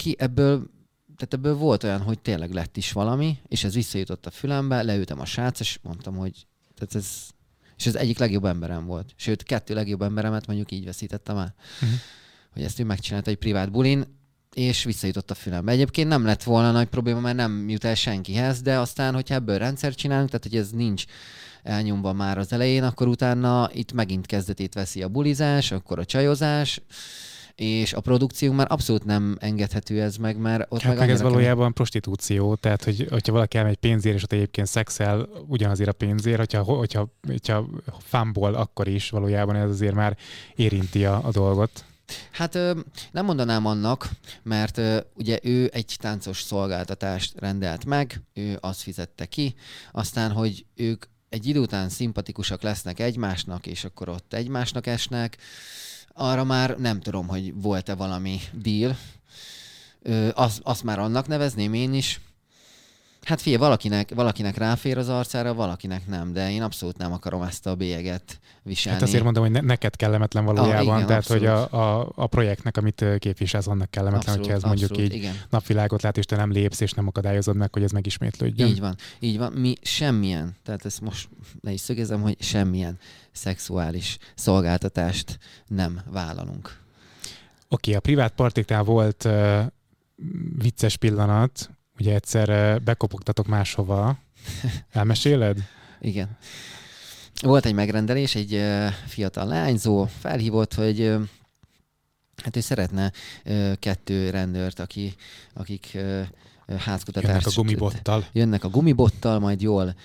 Speaker 3: ebből volt olyan, hogy tényleg lett is valami, és ez visszajutott a fülembe, leültem a srác, és mondtam, hogy tehát és ez egyik legjobb emberem volt. Sőt, 2 legjobb emberemet mondjuk így veszítettem el. Hogy ezt ő megcsinálta egy privát bulin, és visszajutott a fülembe. Egyébként nem lett volna nagy probléma, mert nem jut el senkihez, de aztán, hogyha ebből rendszert csinálunk, tehát hogy ez nincs elnyomva már az elején, akkor utána itt megint kezdetét veszi a bulizás, akkor a csajozás, és a produkciónk már abszolút nem engedhető ez meg, mert ott
Speaker 1: meg ez valójában prostitúció, tehát hogyha valaki elmegy pénzért, és ott egyébként szexel ugyanazért a pénzért, hogyha fámból akkor is valójában ez azért már érinti a dolgot.
Speaker 3: Hát nem mondanám annak, mert ugye ő egy táncos szolgáltatást rendelt meg, ő azt fizette ki, aztán, hogy ők egy idő után szimpatikusak lesznek egymásnak, és akkor ott egymásnak esnek, arra már nem tudom, hogy volt-e valami deal. Azt már annak nevezném én is. Hát figyelj, valakinek ráfér az arcára, valakinek nem, de én abszolút nem akarom ezt a bélyeget viselni.
Speaker 1: Hát azért mondom, hogy neked kellemetlen valójában,
Speaker 3: igen,
Speaker 1: tehát
Speaker 3: abszolút.
Speaker 1: hogy a projektnek, amit képviselsz, annak kellemetlen,
Speaker 3: Abszolút,
Speaker 1: hogyha ez mondjuk
Speaker 3: abszolút,
Speaker 1: így
Speaker 3: igen.
Speaker 1: napvilágot lát, és te nem lépsz, és nem akadályozod meg, hogy ez megismétlődjön.
Speaker 3: Így van. Mi semmilyen, tehát ezt most le is szögezem, hogy semmilyen szexuális szolgáltatást nem vállalunk.
Speaker 1: Oké, a privát partiknál volt vicces pillanat, ugye egyszer bekopogtatok máshova. Elmeséled?
Speaker 3: Igen. Volt egy megrendelés, egy fiatal lányzó felhívott, hogy hát ő szeretne 2 rendőrt, akik házkutatást...
Speaker 1: Jönnek a gumibottal.
Speaker 3: Jönnek a gumibottal, majd jól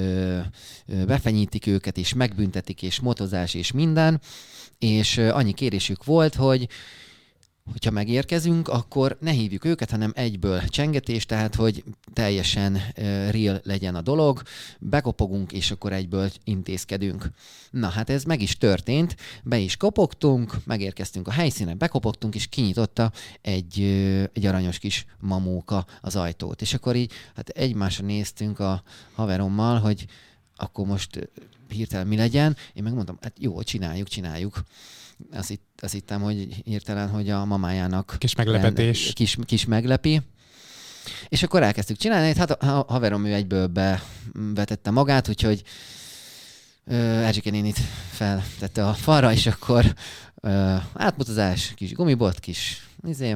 Speaker 3: befenyítik őket, és megbüntetik, és motozás, és minden. És annyi kérésük volt, hogyha megérkezünk, akkor ne hívjuk őket, hanem egyből csengetés, tehát hogy teljesen real legyen a dolog, bekopogunk, és akkor egyből intézkedünk. Na hát ez meg is történt, be is kopogtunk, megérkeztünk a helyszínen, bekopogtunk, és kinyitotta egy aranyos kis mamóka az ajtót. És akkor így hát egymásra néztünk a haverommal, hogy akkor most hirtelen mi legyen. Én megmondtam, hát jó, csináljuk. Azt hittem, hogy hirtelen, hogy a mamájának
Speaker 1: Kis meglepetés.
Speaker 3: Kis meglepi. És akkor elkezdtük csinálni, hát a haverom ő egyből bevetette magát, úgyhogy Erzsike nénit feltette a falra, és akkor átmutazás, kis gumibot, kis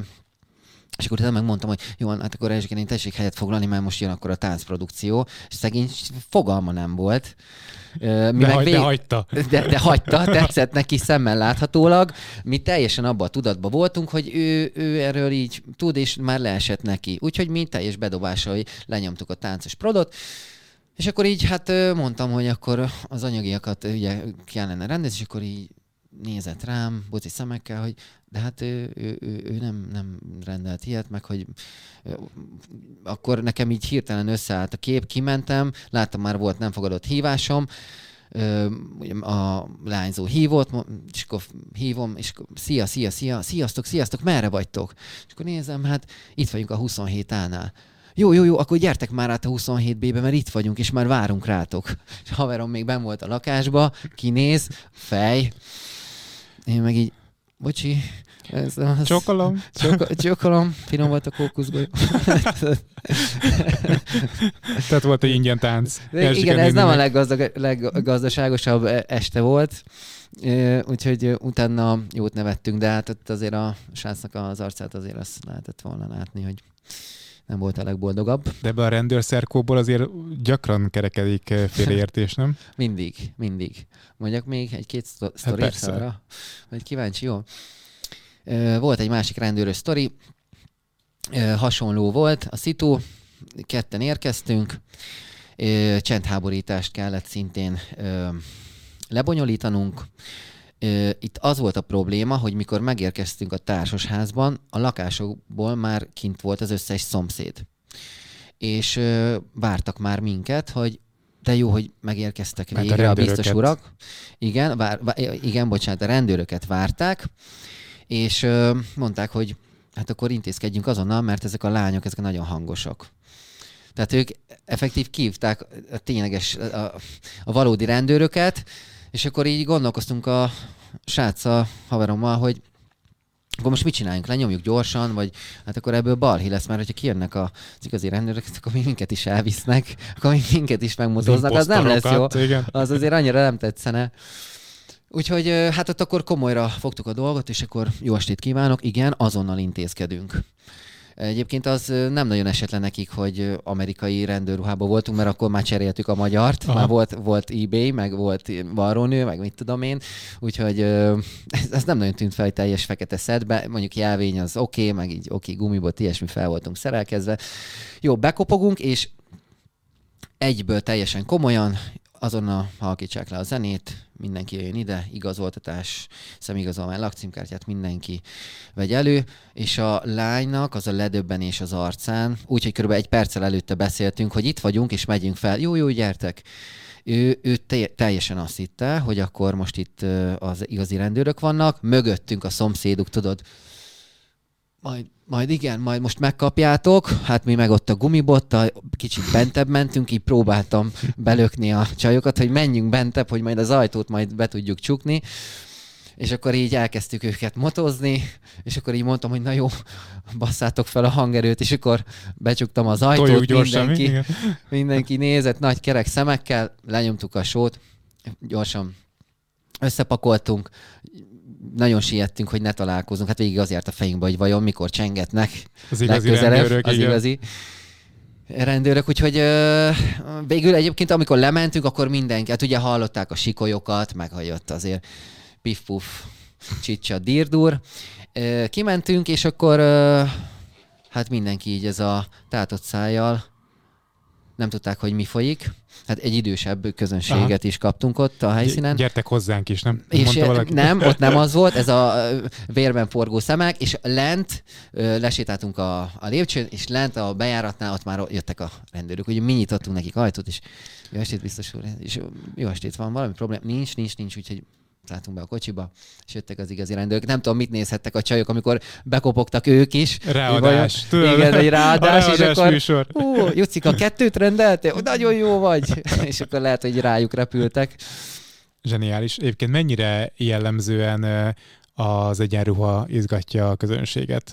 Speaker 3: és akkor utána megmondtam, hogy jó, hát akkor Erzsike néni, tessék helyet foglalni, mert most jön akkor a táncprodukció, és szegény fogalma nem volt.
Speaker 1: De hagyta.
Speaker 3: De hagyta, tetszett neki szemmel láthatólag. Mi teljesen abban a tudatban voltunk, hogy ő erről így tud, és már leesett neki. Úgyhogy mi teljes bedobással lenyomtuk a táncos prodot, és akkor így hát mondtam, hogy akkor az anyagiakat ugye kellene rendezni, és akkor így nézett rám, boci szemekkel, hogy de hát ő nem rendelt ilyet, meg hogy akkor nekem így hirtelen összeállt a kép, kimentem, láttam már volt nem fogadott hívásom, a lányzó hívott, és akkor hívom, és akkor szia, sziasztok, merre vagytok? És akkor nézem, hát itt vagyunk a 27A-nál. Jó, akkor gyertek már át a 27B-be, mert itt vagyunk, és már várunk rátok. És haverom még benn volt a lakásba, kinéz, fej, én meg így, bocsi, Csokolom, finom volt a kókuszgolyó.
Speaker 1: Tehát volt egy ingyen tánc.
Speaker 3: Igen, ez nem a leggazdaságosabb este volt, úgyhogy utána jót nevettünk, de hát ott azért a srácnak az arcát azért azt lehetett volna látni, hogy nem volt a legboldogabb. De
Speaker 1: ebbe a rendőrszerkóból azért gyakran kerekedik félreértés, nem?
Speaker 3: Mindig. Mondjak még egy-két sztorit arra? Vagy kíváncsi, jó? Volt egy másik rendőrös sztori, hasonló volt a szitu, 2 érkeztünk, csendháborítást kellett szintén lebonyolítanunk. Itt az volt a probléma, hogy mikor megérkeztünk a társasházban, a lakásokból már kint volt az összes szomszéd. És vártak már minket, hogy de jó, hogy megérkeztek végre a biztos urak. Igen, bocsánat, a rendőröket várták, és mondták, hogy hát akkor intézkedjünk azonnal, mert ezek a lányok, ezek nagyon hangosak. Tehát ők effektív kihívták a tényleges, a valódi rendőröket, és akkor így gondolkoztunk a sráccal, haverommal, hogy akkor most mit csináljunk? Lenyomjuk gyorsan, vagy hát akkor ebből balhé lesz, mert hogyha kijönnek az igazi rendőrök, akkor minket is elvisznek, akkor minket is megmozoznak, az nem lesz jó.
Speaker 1: Igen.
Speaker 3: Az azért annyira nem tetszene. Úgyhogy hát ott akkor komolyra fogtuk a dolgot, és akkor jó estét kívánok, igen, azonnal intézkedünk. Egyébként az nem nagyon esett le nekik, hogy amerikai rendőrruhában voltunk, mert akkor már cseréltük a magyart, már volt eBay, meg volt varrónő, meg mit tudom én, úgyhogy ez nem nagyon tűnt fel, hogy teljes fekete szedbe, mondjuk jelvény az oké, meg így oké, gumibot, ilyesmi fel voltunk szerelkezve. Jó, bekopogunk, és egyből teljesen komolyan, azonnal halkítsák le a zenét, mindenki jöjjön ide, igazoltatás, személyigazolvány, lakcímkártyát mindenki vegy elő, és a lánynak az a ledöbbenés az arcán, úgyhogy körülbelül 1 perccel előtte beszéltünk, hogy itt vagyunk, és megyünk fel, jó, gyertek. Ő teljesen azt hitte, hogy akkor most itt az igazi rendőrök vannak, mögöttünk a szomszéduk, tudod, majd igen, majd most megkapjátok, hát mi meg ott a gumibottal kicsit bentebb mentünk, így próbáltam belökni a csajokat, hogy menjünk bentebb, hogy majd az ajtót majd be tudjuk csukni, és akkor így elkezdtük őket motozni, és akkor így mondtam, hogy na jó, basszátok fel a hangerőt, és akkor becsuktam az ajtót, gyorsan, mindenki nézett nagy kerek szemekkel, lenyomtuk a sót, gyorsan összepakoltunk, nagyon siettünk, hogy ne találkozunk. Hát végig az járt a fejünkbe, hogy vajon mikor csengetnek
Speaker 1: az igazi rendőrök,
Speaker 3: az igazi rendőrök. Úgyhogy végül egyébként, amikor lementünk, akkor mindenki, hát ugye hallották a sikolyokat, meg hogy ott azért pif-puf, csicsa, dirdur. Kimentünk, és akkor hát mindenki így ez a tátott szájjal nem tudták, hogy mi folyik. Hát egy idősebb közönséget is kaptunk ott a helyszínen.
Speaker 1: Gyertek hozzánk is, nem?
Speaker 3: És nem, ott nem az volt, ez a vérben forgó szemek, és lent lesétáltunk a lépcsőn, és lent a bejáratnál ott már jöttek a rendőrök. Ugye mi nyitottunk nekik ajtót, és jó estét, biztos úr, és jó estét, van valami probléma? Nincs, úgyhogy szálltunk be a kocsiba, és jöttek az igazi rendőrök. Nem tudom, mit nézhettek a csajok, amikor bekopogtak ők is.
Speaker 1: Ráadás.
Speaker 3: Igen, egy ráadás, és akkor
Speaker 1: műsor.
Speaker 3: Jucika, 2 rendeltél? Nagyon jó vagy. És akkor lehet, hogy rájuk repültek.
Speaker 1: Zseniális. Egyébként mennyire jellemzően az egyenruha izgatja a közönséget?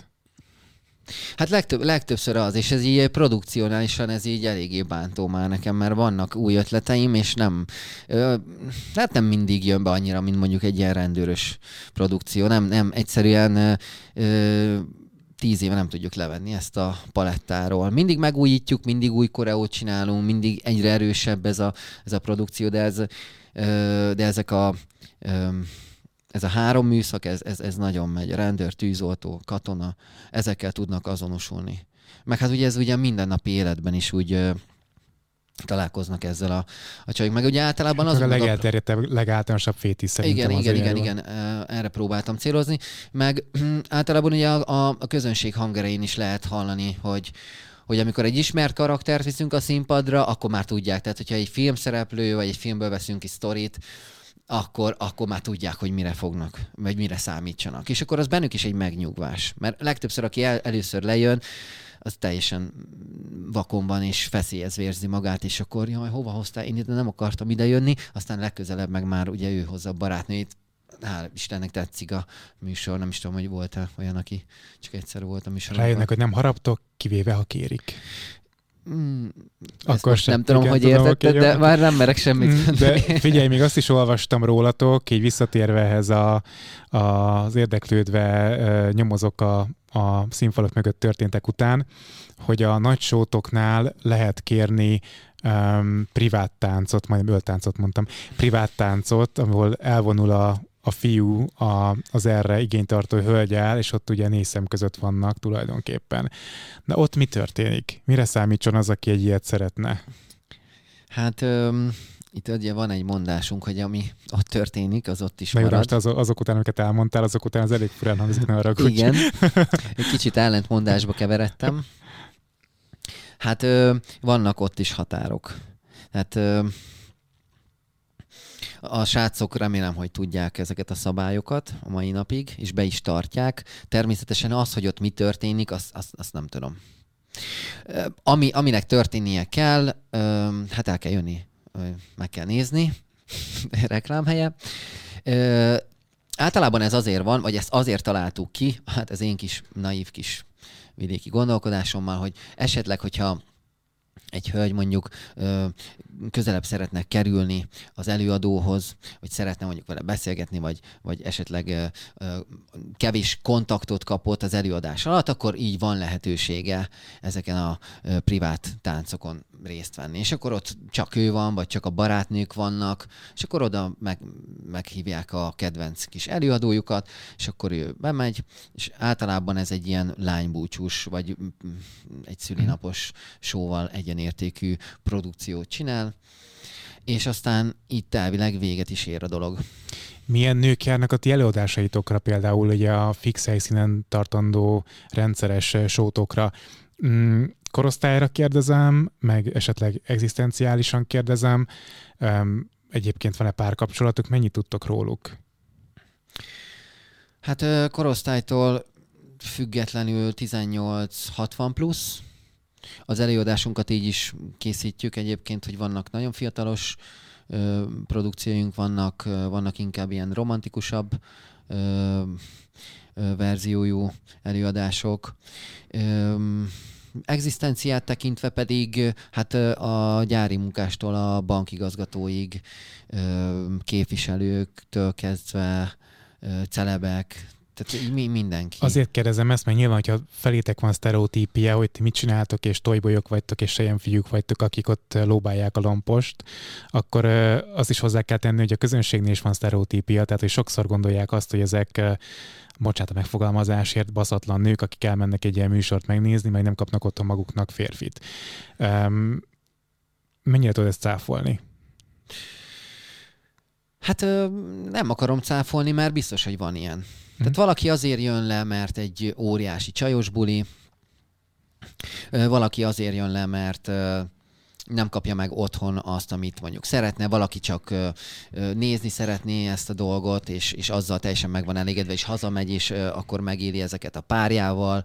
Speaker 3: Hát legtöbbször az, és ez így produkcionálisan ez így eléggé bántó már nekem, mert vannak új ötleteim, és hát nem mindig jön be annyira, mint mondjuk egy ilyen rendőrös produkció. Nem egyszerűen 10 éve nem tudjuk levenni ezt a palettáról. Mindig megújítjuk, mindig új koreót csinálunk, mindig egyre erősebb ez a produkció, de ezek ez a 3 műszak, ez nagyon megy. Rendőr, tűzoltó, katona, ezekkel tudnak azonosulni. Meg hát ugye ez ugye mindennapi életben is úgy találkoznak ezzel a csajok. Meg ugye általában az...
Speaker 1: A legelterjedtebb, legáltalánosabb fétisz szerintem.
Speaker 3: Igen, erre próbáltam célozni. Meg általában ugye a közönség hangerején is lehet hallani, hogy amikor egy ismert karaktert viszünk a színpadra, akkor már tudják. Tehát, hogyha egy filmszereplő, vagy egy filmből veszünk ki sztorit, akkor már tudják, hogy mire fognak, vagy mire számítsanak. És akkor az bennük is egy megnyugvás. Mert legtöbbször, aki először lejön, az teljesen vakon van, és feszélyezve érzi magát, és akkor jaj, hova hoztál? Én ide nem akartam ide jönni, aztán legközelebb meg már ugye ő hozza a barátnőjét. Hál' Istennek tetszik a műsor, nem is tudom, hogy volt-e olyan, aki csak egyszer volt a műsorban.
Speaker 1: Rájönnek, hogy nem haraptok, kivéve, ha kérik.
Speaker 3: Akkor sem. Nem tudom, hogy értetted, de már nem merek semmit mondani.
Speaker 1: De figyelj, még azt is olvastam rólatok, így visszatérve ehhez az érdeklődve nyomozok a színfalak mögött történtek után, hogy a nagy sótoknál lehet kérni privát táncot, majdnem öltáncot mondtam, privát táncot, ahol elvonul a fiú az erre igénytartó hölgyel, és ott ugye 4 szem között vannak tulajdonképpen. De ott mi történik? Mire számítson az, aki egy ilyet szeretne?
Speaker 3: Hát itt ugye van egy mondásunk, hogy ami ott történik, az ott is
Speaker 1: marad.
Speaker 3: Most
Speaker 1: azok után, amiket elmondtál, azok után az elég furán hangzik, ne arra
Speaker 3: kulcs. Igen, egy kicsit ellentmondásba keveredtem. Hát vannak ott is határok. Tehát a srácok remélem, hogy tudják ezeket a szabályokat a mai napig, és be is tartják. Természetesen az, hogy ott mi történik, azt nem tudom. Aminek történnie kell, hát el kell jönni, meg kell nézni, reklámhelye. Általában ez azért van, vagy ezt azért találtuk ki, hát ez én kis naív kis vidéki gondolkodásommal, hogy esetleg, hogyha egy hölgy mondjuk közelebb szeretne kerülni az előadóhoz, vagy szeretne mondjuk vele beszélgetni, vagy esetleg kevés kontaktot kapott az előadás alatt, akkor így van lehetősége ezeken a privát táncokon részt venni. És akkor ott csak ő van, vagy csak a barátnők vannak, és akkor oda meghívják a kedvenc kis előadójukat, és akkor ő bemegy, és általában ez egy ilyen lánybúcsús, vagy egy szülinapos show-val egyenértékű produkciót csinál, és aztán itt elvileg véget is ér a dolog.
Speaker 1: Milyen nők járnak a ti előadásaitokra, például ugye a fix helyszínen tartandó rendszeres sótokra? Korosztályra kérdezem, meg esetleg egzisztenciálisan kérdezem. Egyébként van-e párkapcsolatuk? Mennyit tudtok róluk?
Speaker 3: Hát korosztálytól függetlenül 18-60 plusz. Az előadásunkat így is készítjük egyébként, hogy vannak nagyon fiatalos produkcióink, vannak inkább ilyen romantikusabb verziójú előadások. Egzisztenciát tekintve pedig hát a gyári munkástól a bankigazgatóig, képviselőktől kezdve celebek, tehát mindenki.
Speaker 1: Azért kérdezem ezt, mert nyilván, hogyha felétek van sztereotípia, hogy ti mit csináltok, és tolybolyok vagytok, és selyemfiúk vagytok, akik ott lóbálják a lompost, akkor azt is hozzá kell tenni, hogy a közönségnél is van sztereotípia, tehát hogy sokszor gondolják azt, hogy ezek bocsánat a megfogalmazásért, baszatlan nők, akik elmennek egy ilyen műsort megnézni, meg nem kapnak otthon maguknak férfit. Mennyire tudod ezt cáfolni?
Speaker 3: Hát nem akarom cáfolni, mert biztos, hogy van ilyen. Tehát valaki azért jön le, mert egy óriási csajos buli, valaki azért jön le, mert nem kapja meg otthon azt, amit mondjuk szeretne, valaki csak nézni szeretné ezt a dolgot, és azzal teljesen meg van elégedve, és hazamegy, és akkor megéli ezeket a párjával.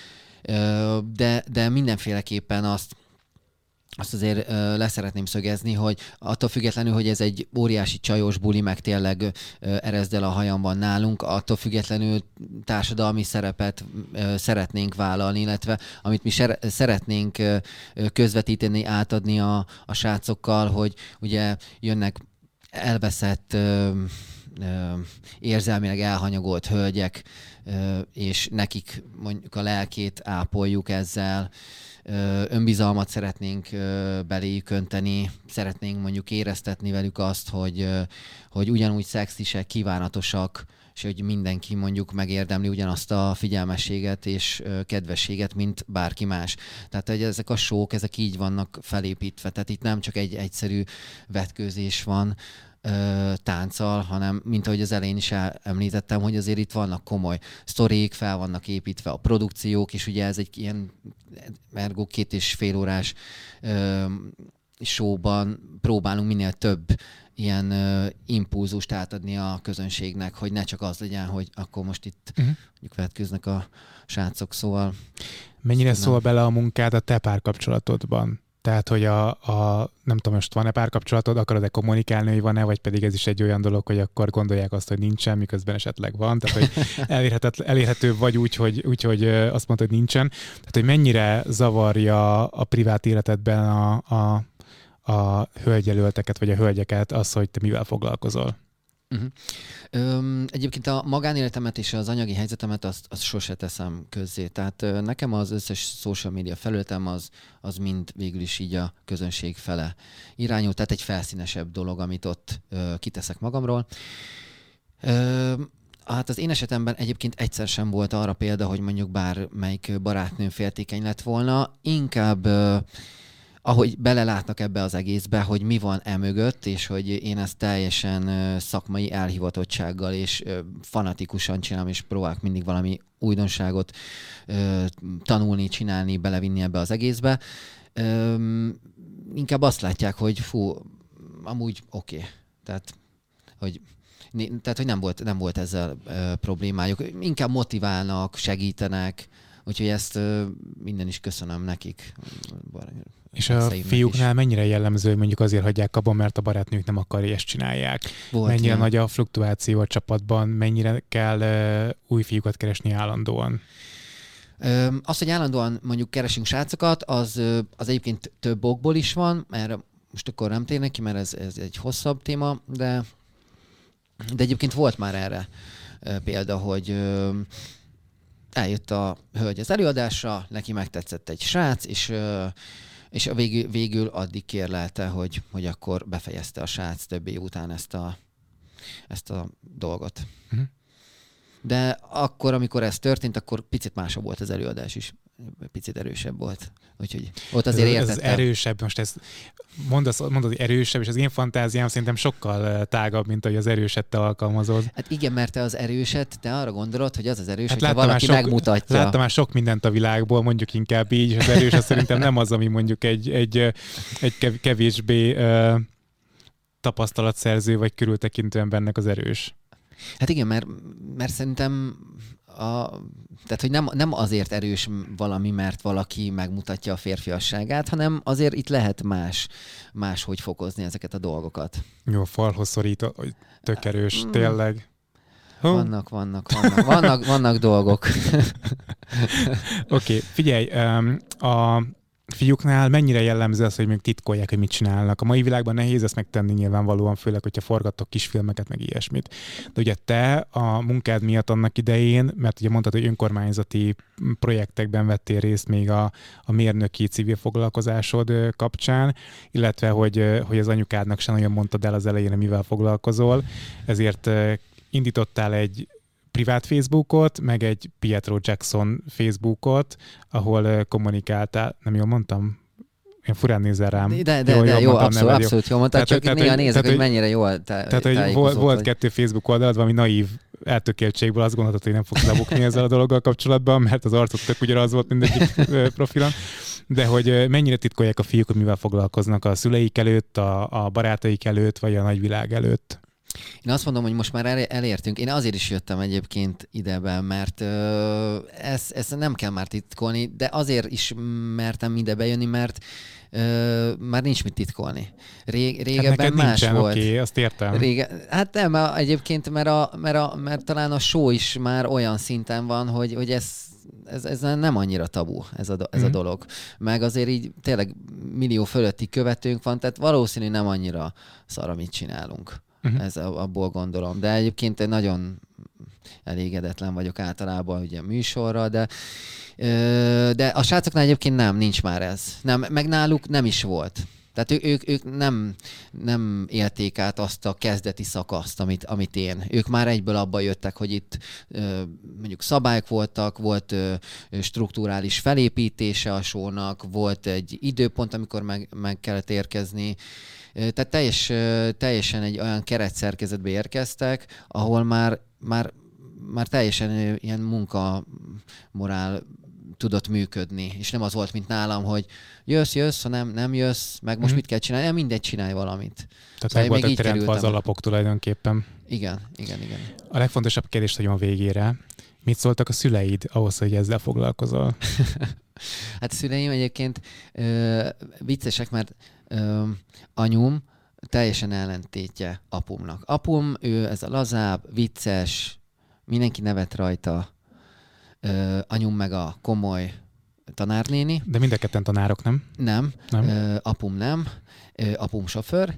Speaker 3: De mindenféleképpen azt azért leszeretném szögezni, hogy attól függetlenül, hogy ez egy óriási csajos buli, meg tényleg erezd el a hajamban nálunk, attól függetlenül társadalmi szerepet szeretnénk vállalni, illetve amit mi szeretnénk közvetíteni, átadni a srácokkal, hogy ugye jönnek elveszett, érzelmileg elhanyagolt hölgyek, és nekik mondjuk a lelkét ápoljuk ezzel, önbizalmat szeretnénk beléjük önteni, szeretnénk mondjuk éreztetni velük azt, hogy ugyanúgy szexisek, kívánatosak, és hogy mindenki mondjuk megérdemli ugyanazt a figyelmességet és kedvességet, mint bárki más. Tehát hogy ezek a show-k, ezek így vannak felépítve, tehát itt nem csak egy egyszerű vetkőzés van tánccal, hanem mint ahogy az elején is említettem, hogy azért itt vannak komoly sztorik, fel vannak építve a produkciók, és ugye ez egy ilyen ergo 2,5 órás showban próbálunk minél több ilyen impulzust átadni a közönségnek, hogy ne csak az legyen, hogy akkor most itt mondjuk vetkőznek a srácok, szóval...
Speaker 1: Mennyire szól bele a munkád a te párkapcsolatodban? Tehát, hogy nem tudom, most van-e párkapcsolatod, akarod-e kommunikálni, hogy van-e, vagy pedig ez is egy olyan dolog, hogy akkor gondolják azt, hogy nincsen, miközben esetleg van. Tehát, hogy elérhető vagy úgy, hogy azt mondod, hogy nincsen. Tehát, hogy mennyire zavarja a privát életedben a hölgyjelölteket, vagy a hölgyeket az, hogy te mivel foglalkozol?
Speaker 3: Egyébként a magánéletemet és az anyagi helyzetemet azt sose teszem közzé. Tehát nekem az összes social media felületem az mind végül is így a közönség fele irányul, tehát egy felszínesebb dolog, amit ott kiteszek magamról. Hát az én esetemben egyébként egyszer sem volt arra példa, hogy mondjuk bármelyik barátnőm féltékeny lett volna, inkább ahogy belelátnak ebbe az egészbe, hogy mi van emögött, és hogy én ezt teljesen szakmai elhivatottsággal és fanatikusan csinálom, és próbálok mindig valami újdonságot tanulni, csinálni, belevinni ebbe az egészbe. Inkább azt látják, hogy amúgy oké. Tehát, hogy nem volt ezzel problémájuk. Inkább motiválnak, segítenek, Úgyhogy ezt minden is köszönöm nekik.
Speaker 1: És a fiúknál mennyire jellemző, hogy mondjuk azért hagyják abban, mert a barátnők nem akarja, ezt csinálják? Mennyire ilyen nagy a fluktuáció a csapatban? Mennyire kell új fiúkat keresni állandóan?
Speaker 3: Az, hogy állandóan mondjuk keresünk srácokat, az egyébként több okból is van, erre most akkor nem térnek ki, mert ez egy hosszabb téma, de egyébként volt már erre példa, hogy eljött a hölgy az előadásra, neki megtetszett egy srác, és végül addig kérlelte, hogy akkor befejezte a srác több év után ezt a dolgot. Uh-huh. De akkor, amikor ez történt, akkor picit másabb volt az előadás is. Picit erősebb volt. Úgyhogy ott azért értettem.
Speaker 1: Ez erősebb, most ezt mondod, hogy erősebb, és az én fantáziám szerintem sokkal tágabb, mint hogy az erőset te alkalmazod.
Speaker 3: Hát igen, mert te az erőset, te arre gondolod, hogy az az erős, hogyha valaki megmutatja.
Speaker 1: Láttam már sok mindent a világból, mondjuk inkább így, és az erős az szerintem nem az, ami mondjuk egy kevésbé tapasztalatszerző vagy körültekintő embernek az erős.
Speaker 3: Hát igen, mert szerintem tehát, hogy nem azért erős valami, mert valaki megmutatja a férfiasságát, hanem azért itt lehet máshogy fokozni ezeket a dolgokat.
Speaker 1: Jó, falhoz szorít, tök erős, tényleg.
Speaker 3: Vannak dolgok.
Speaker 1: Oké, figyelj, a fiúknál mennyire jellemző az, hogy még titkolják, hogy mit csinálnak? A mai világban nehéz ezt megtenni nyilvánvalóan, főleg, hogyha forgattok kisfilmeket, meg ilyesmit. De ugye te a munkád miatt annak idején, mert ugye mondtad, hogy önkormányzati projektekben vettél részt még a mérnöki civil foglalkozásod kapcsán, illetve, hogy az anyukádnak sem nagyon mondtad el az elején, mivel foglalkozol, ezért indítottál egy privát Facebookot, meg egy Pietro Jackson Facebookot, ahol kommunikáltál. Nem jól mondtam? Én furán nézel rám.
Speaker 3: De jó, abszolút jól mondtad, csak néha nézek, hogy mennyire jól
Speaker 1: Tehát, hogy volt 2 Facebook oldalad, valami naív eltökéltségből azt gondoltad, hogy nem fogsz lebukni ezzel a dologgal kapcsolatban, mert az arcod tök ugyanaz volt mindegyik profilon. De hogy mennyire titkolják a fiúk, hogy mivel foglalkoznak a szüleik előtt, a barátaik előtt, vagy a nagyvilág előtt?
Speaker 3: Én azt mondom, hogy most már elértünk. Én azért is jöttem egyébként idebe, mert ezt nem kell már titkolni, de azért is mertem ide bejönni, mert már nincs mit titkolni. Régebben más
Speaker 1: nincsen,
Speaker 3: volt.
Speaker 1: Oké, azt értem.
Speaker 3: Hát nem, egyébként, mert talán a show is már olyan szinten van, hogy ez nem annyira tabu, ez a dolog. Meg azért így tényleg millió fölötti követőnk van, tehát valószínű nem annyira szar, amit csinálunk. Ez abból gondolom. De egyébként én nagyon elégedetlen vagyok általában ugye a műsorral, de a srácoknál egyébként nincs már ez. Nem, meg náluk nem is volt. Tehát ők nem élték át azt a kezdeti szakaszt, amit én. Ők már egyből abba jöttek, hogy itt mondjuk szabályok voltak, volt strukturális felépítése a show-nak, volt egy időpont, amikor meg kellett érkezni. Tehát teljesen egy olyan keretszerkezetbe érkeztek, ahol már teljesen ilyen munkamorál tudott működni, és nem az volt, mint nálam, hogy jössz, ha nem jössz, meg most mit kell csinálni, mindegy, csinálj valamit.
Speaker 1: Tehát meg voltak teremtve az alapok tulajdonképpen.
Speaker 3: Igen.
Speaker 1: A legfontosabb kérdés nagyon végére. Mit szóltak a szüleid ahhoz, hogy ezzel foglalkozol?
Speaker 3: Hát a szüleim egyébként viccesek, mert anyum teljesen ellentétje apumnak. Apum, ő ez a lazább, vicces, mindenki nevet rajta. Anyum meg a komoly tanárnéni.
Speaker 1: De mind a ketten tanárok, nem?
Speaker 3: Nem. Apum nem. Apum sofőr,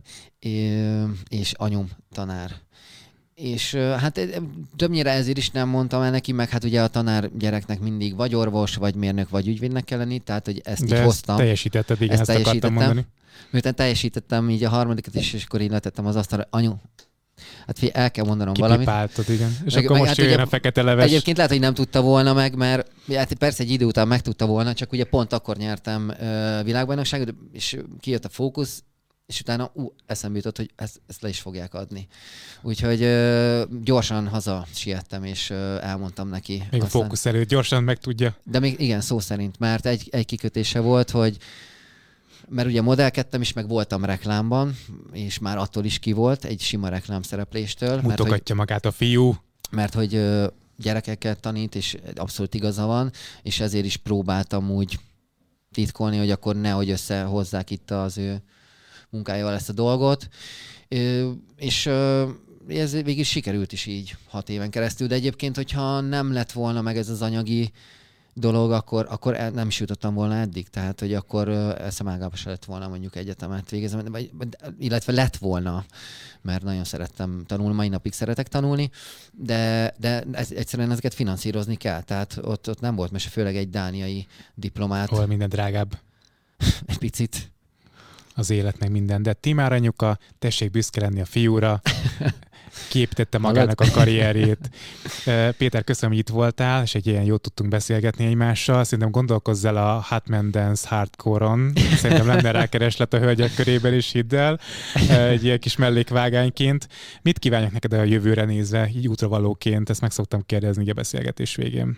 Speaker 3: és anyum tanár. És hát többnyire ezért is nem mondtam el neki, meg hát ugye a tanár gyereknek mindig vagy orvos, vagy mérnök, vagy ügyvédnek kell lenni, tehát hogy ezt így hoztam.
Speaker 1: De teljesítetted, igen, ezt akartam mondani.
Speaker 3: Miután teljesítettem így a harmadikat is, és akkor így letettem az asztalra, anyu, hát figyelj, el kell mondanom valamit.
Speaker 1: Kipipáltad, igen. És akkor most jöjjön a fekete leves.
Speaker 3: Egyébként lehet, hogy nem tudta volna meg, mert hát persze egy idő után megtudta volna, csak ugye pont akkor nyertem világbajnokságot, és kijött a fókusz, és utána eszembe jutott, hogy ezt le is fogják adni. Úgyhogy gyorsan haza siettem, és elmondtam neki.
Speaker 1: Még aztán... a fókusz előtt gyorsan megtudja.
Speaker 3: De még igen, szó szerint, mert egy kikötése volt, hogy mert ugye modellkedtem is, meg voltam reklámban, és már attól is ki volt, egy sima reklámszerepléstől.
Speaker 1: Mutogatja magát a fiú.
Speaker 3: Mert hogy gyerekeket tanít, és abszolút igaza van, és ezért is próbáltam úgy titkolni, hogy akkor nehogy összehozzák itt az ő munkájával ezt a dolgot. És ez végig sikerült is így 6 éven keresztül, de egyébként, hogyha nem lett volna meg ez az anyagi dolog, akkor nem is jutottam volna eddig. Tehát, hogy akkor eszemágában se lett volna mondjuk egyetemet végezem, illetve lett volna, mert nagyon szerettem tanulni, mai napig szeretek tanulni, de egyszerűen ezeket finanszírozni kell. Tehát ott nem volt mese, főleg egy dániai diplomát.
Speaker 1: Hol minden drágább.
Speaker 3: Egy picit.
Speaker 1: Az élet meg minden. De Timár anyuka, tessék büszke lenni a fiúra, képítette magának a karrierjét. Péter, köszönöm, hogy itt voltál, és egy ilyen jót tudtunk beszélgetni egymással. Szerintem gondolkozz el a Hotman Dance Hardcore-on. Szerintem lenne rákereslet a hölgyek körében is, hidd el. Egy ilyen kis mellékvágányként. Mit kívánjak neked a jövőre nézve, így útravalóként? Ezt meg szoktam kérdezni a beszélgetés végén.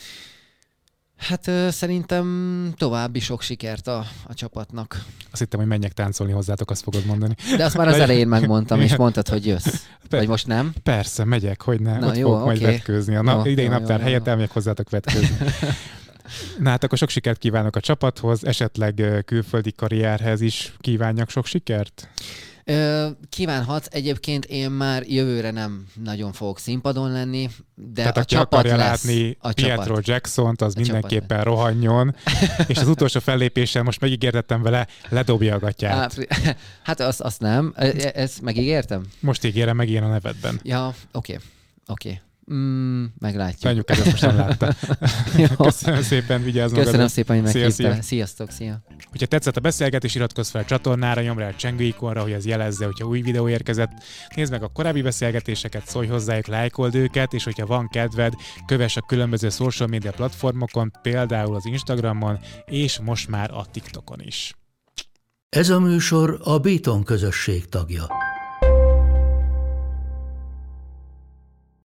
Speaker 3: Hát szerintem további sok sikert a csapatnak.
Speaker 1: Azt hittem, hogy menjek táncolni hozzátok, azt fogod mondani.
Speaker 3: De azt már az elején megmondtam, és mondtad, hogy jössz. Vagy most nem?
Speaker 1: Persze, megyek, hogy ne.
Speaker 3: Na,
Speaker 1: ott
Speaker 3: jó,
Speaker 1: fogok majd vetkőzni. A idei naptár helyett elmegyek hozzátok vetkőzni. Na hát akkor sok sikert kívánok a csapathoz, esetleg külföldi karrierhez is kívánjak sok sikert?
Speaker 3: Kívánhatsz. Egyébként én már jövőre nem nagyon fogok színpadon lenni, de
Speaker 1: tehát
Speaker 3: a csapat lesz.
Speaker 1: Látni
Speaker 3: a
Speaker 1: Pietro
Speaker 3: csapat.
Speaker 1: Jacksont, az
Speaker 3: A
Speaker 1: mindenképpen rohanjon, és az utolsó fellépésen most megígértettem vele, ledobja a gatyát.
Speaker 3: Hát azt nem. Ezt megígértem?
Speaker 1: Most ígérem meg ilyen a nevedben.
Speaker 3: Ja, oké. Meglátjuk.
Speaker 1: Anyukád ezt most nem látta. Köszönöm szépen, vigyázz magadra.
Speaker 3: Köszönöm szépen, hogy meghívtál.
Speaker 1: Sziasztok,
Speaker 3: szia.
Speaker 1: Hogyha tetszett a beszélgetés, iratkozz fel a csatornára, nyomd rá a csengő ikonra, hogy ez jelezze, hogyha új videó érkezett. Nézd meg a korábbi beszélgetéseket, szólj hozzájuk, lájkold őket, és hogyha van kedved, kövess a különböző social media platformokon, például az Instagramon, és most már a TikTokon is.
Speaker 4: Ez a műsor a Béton közösség tagja.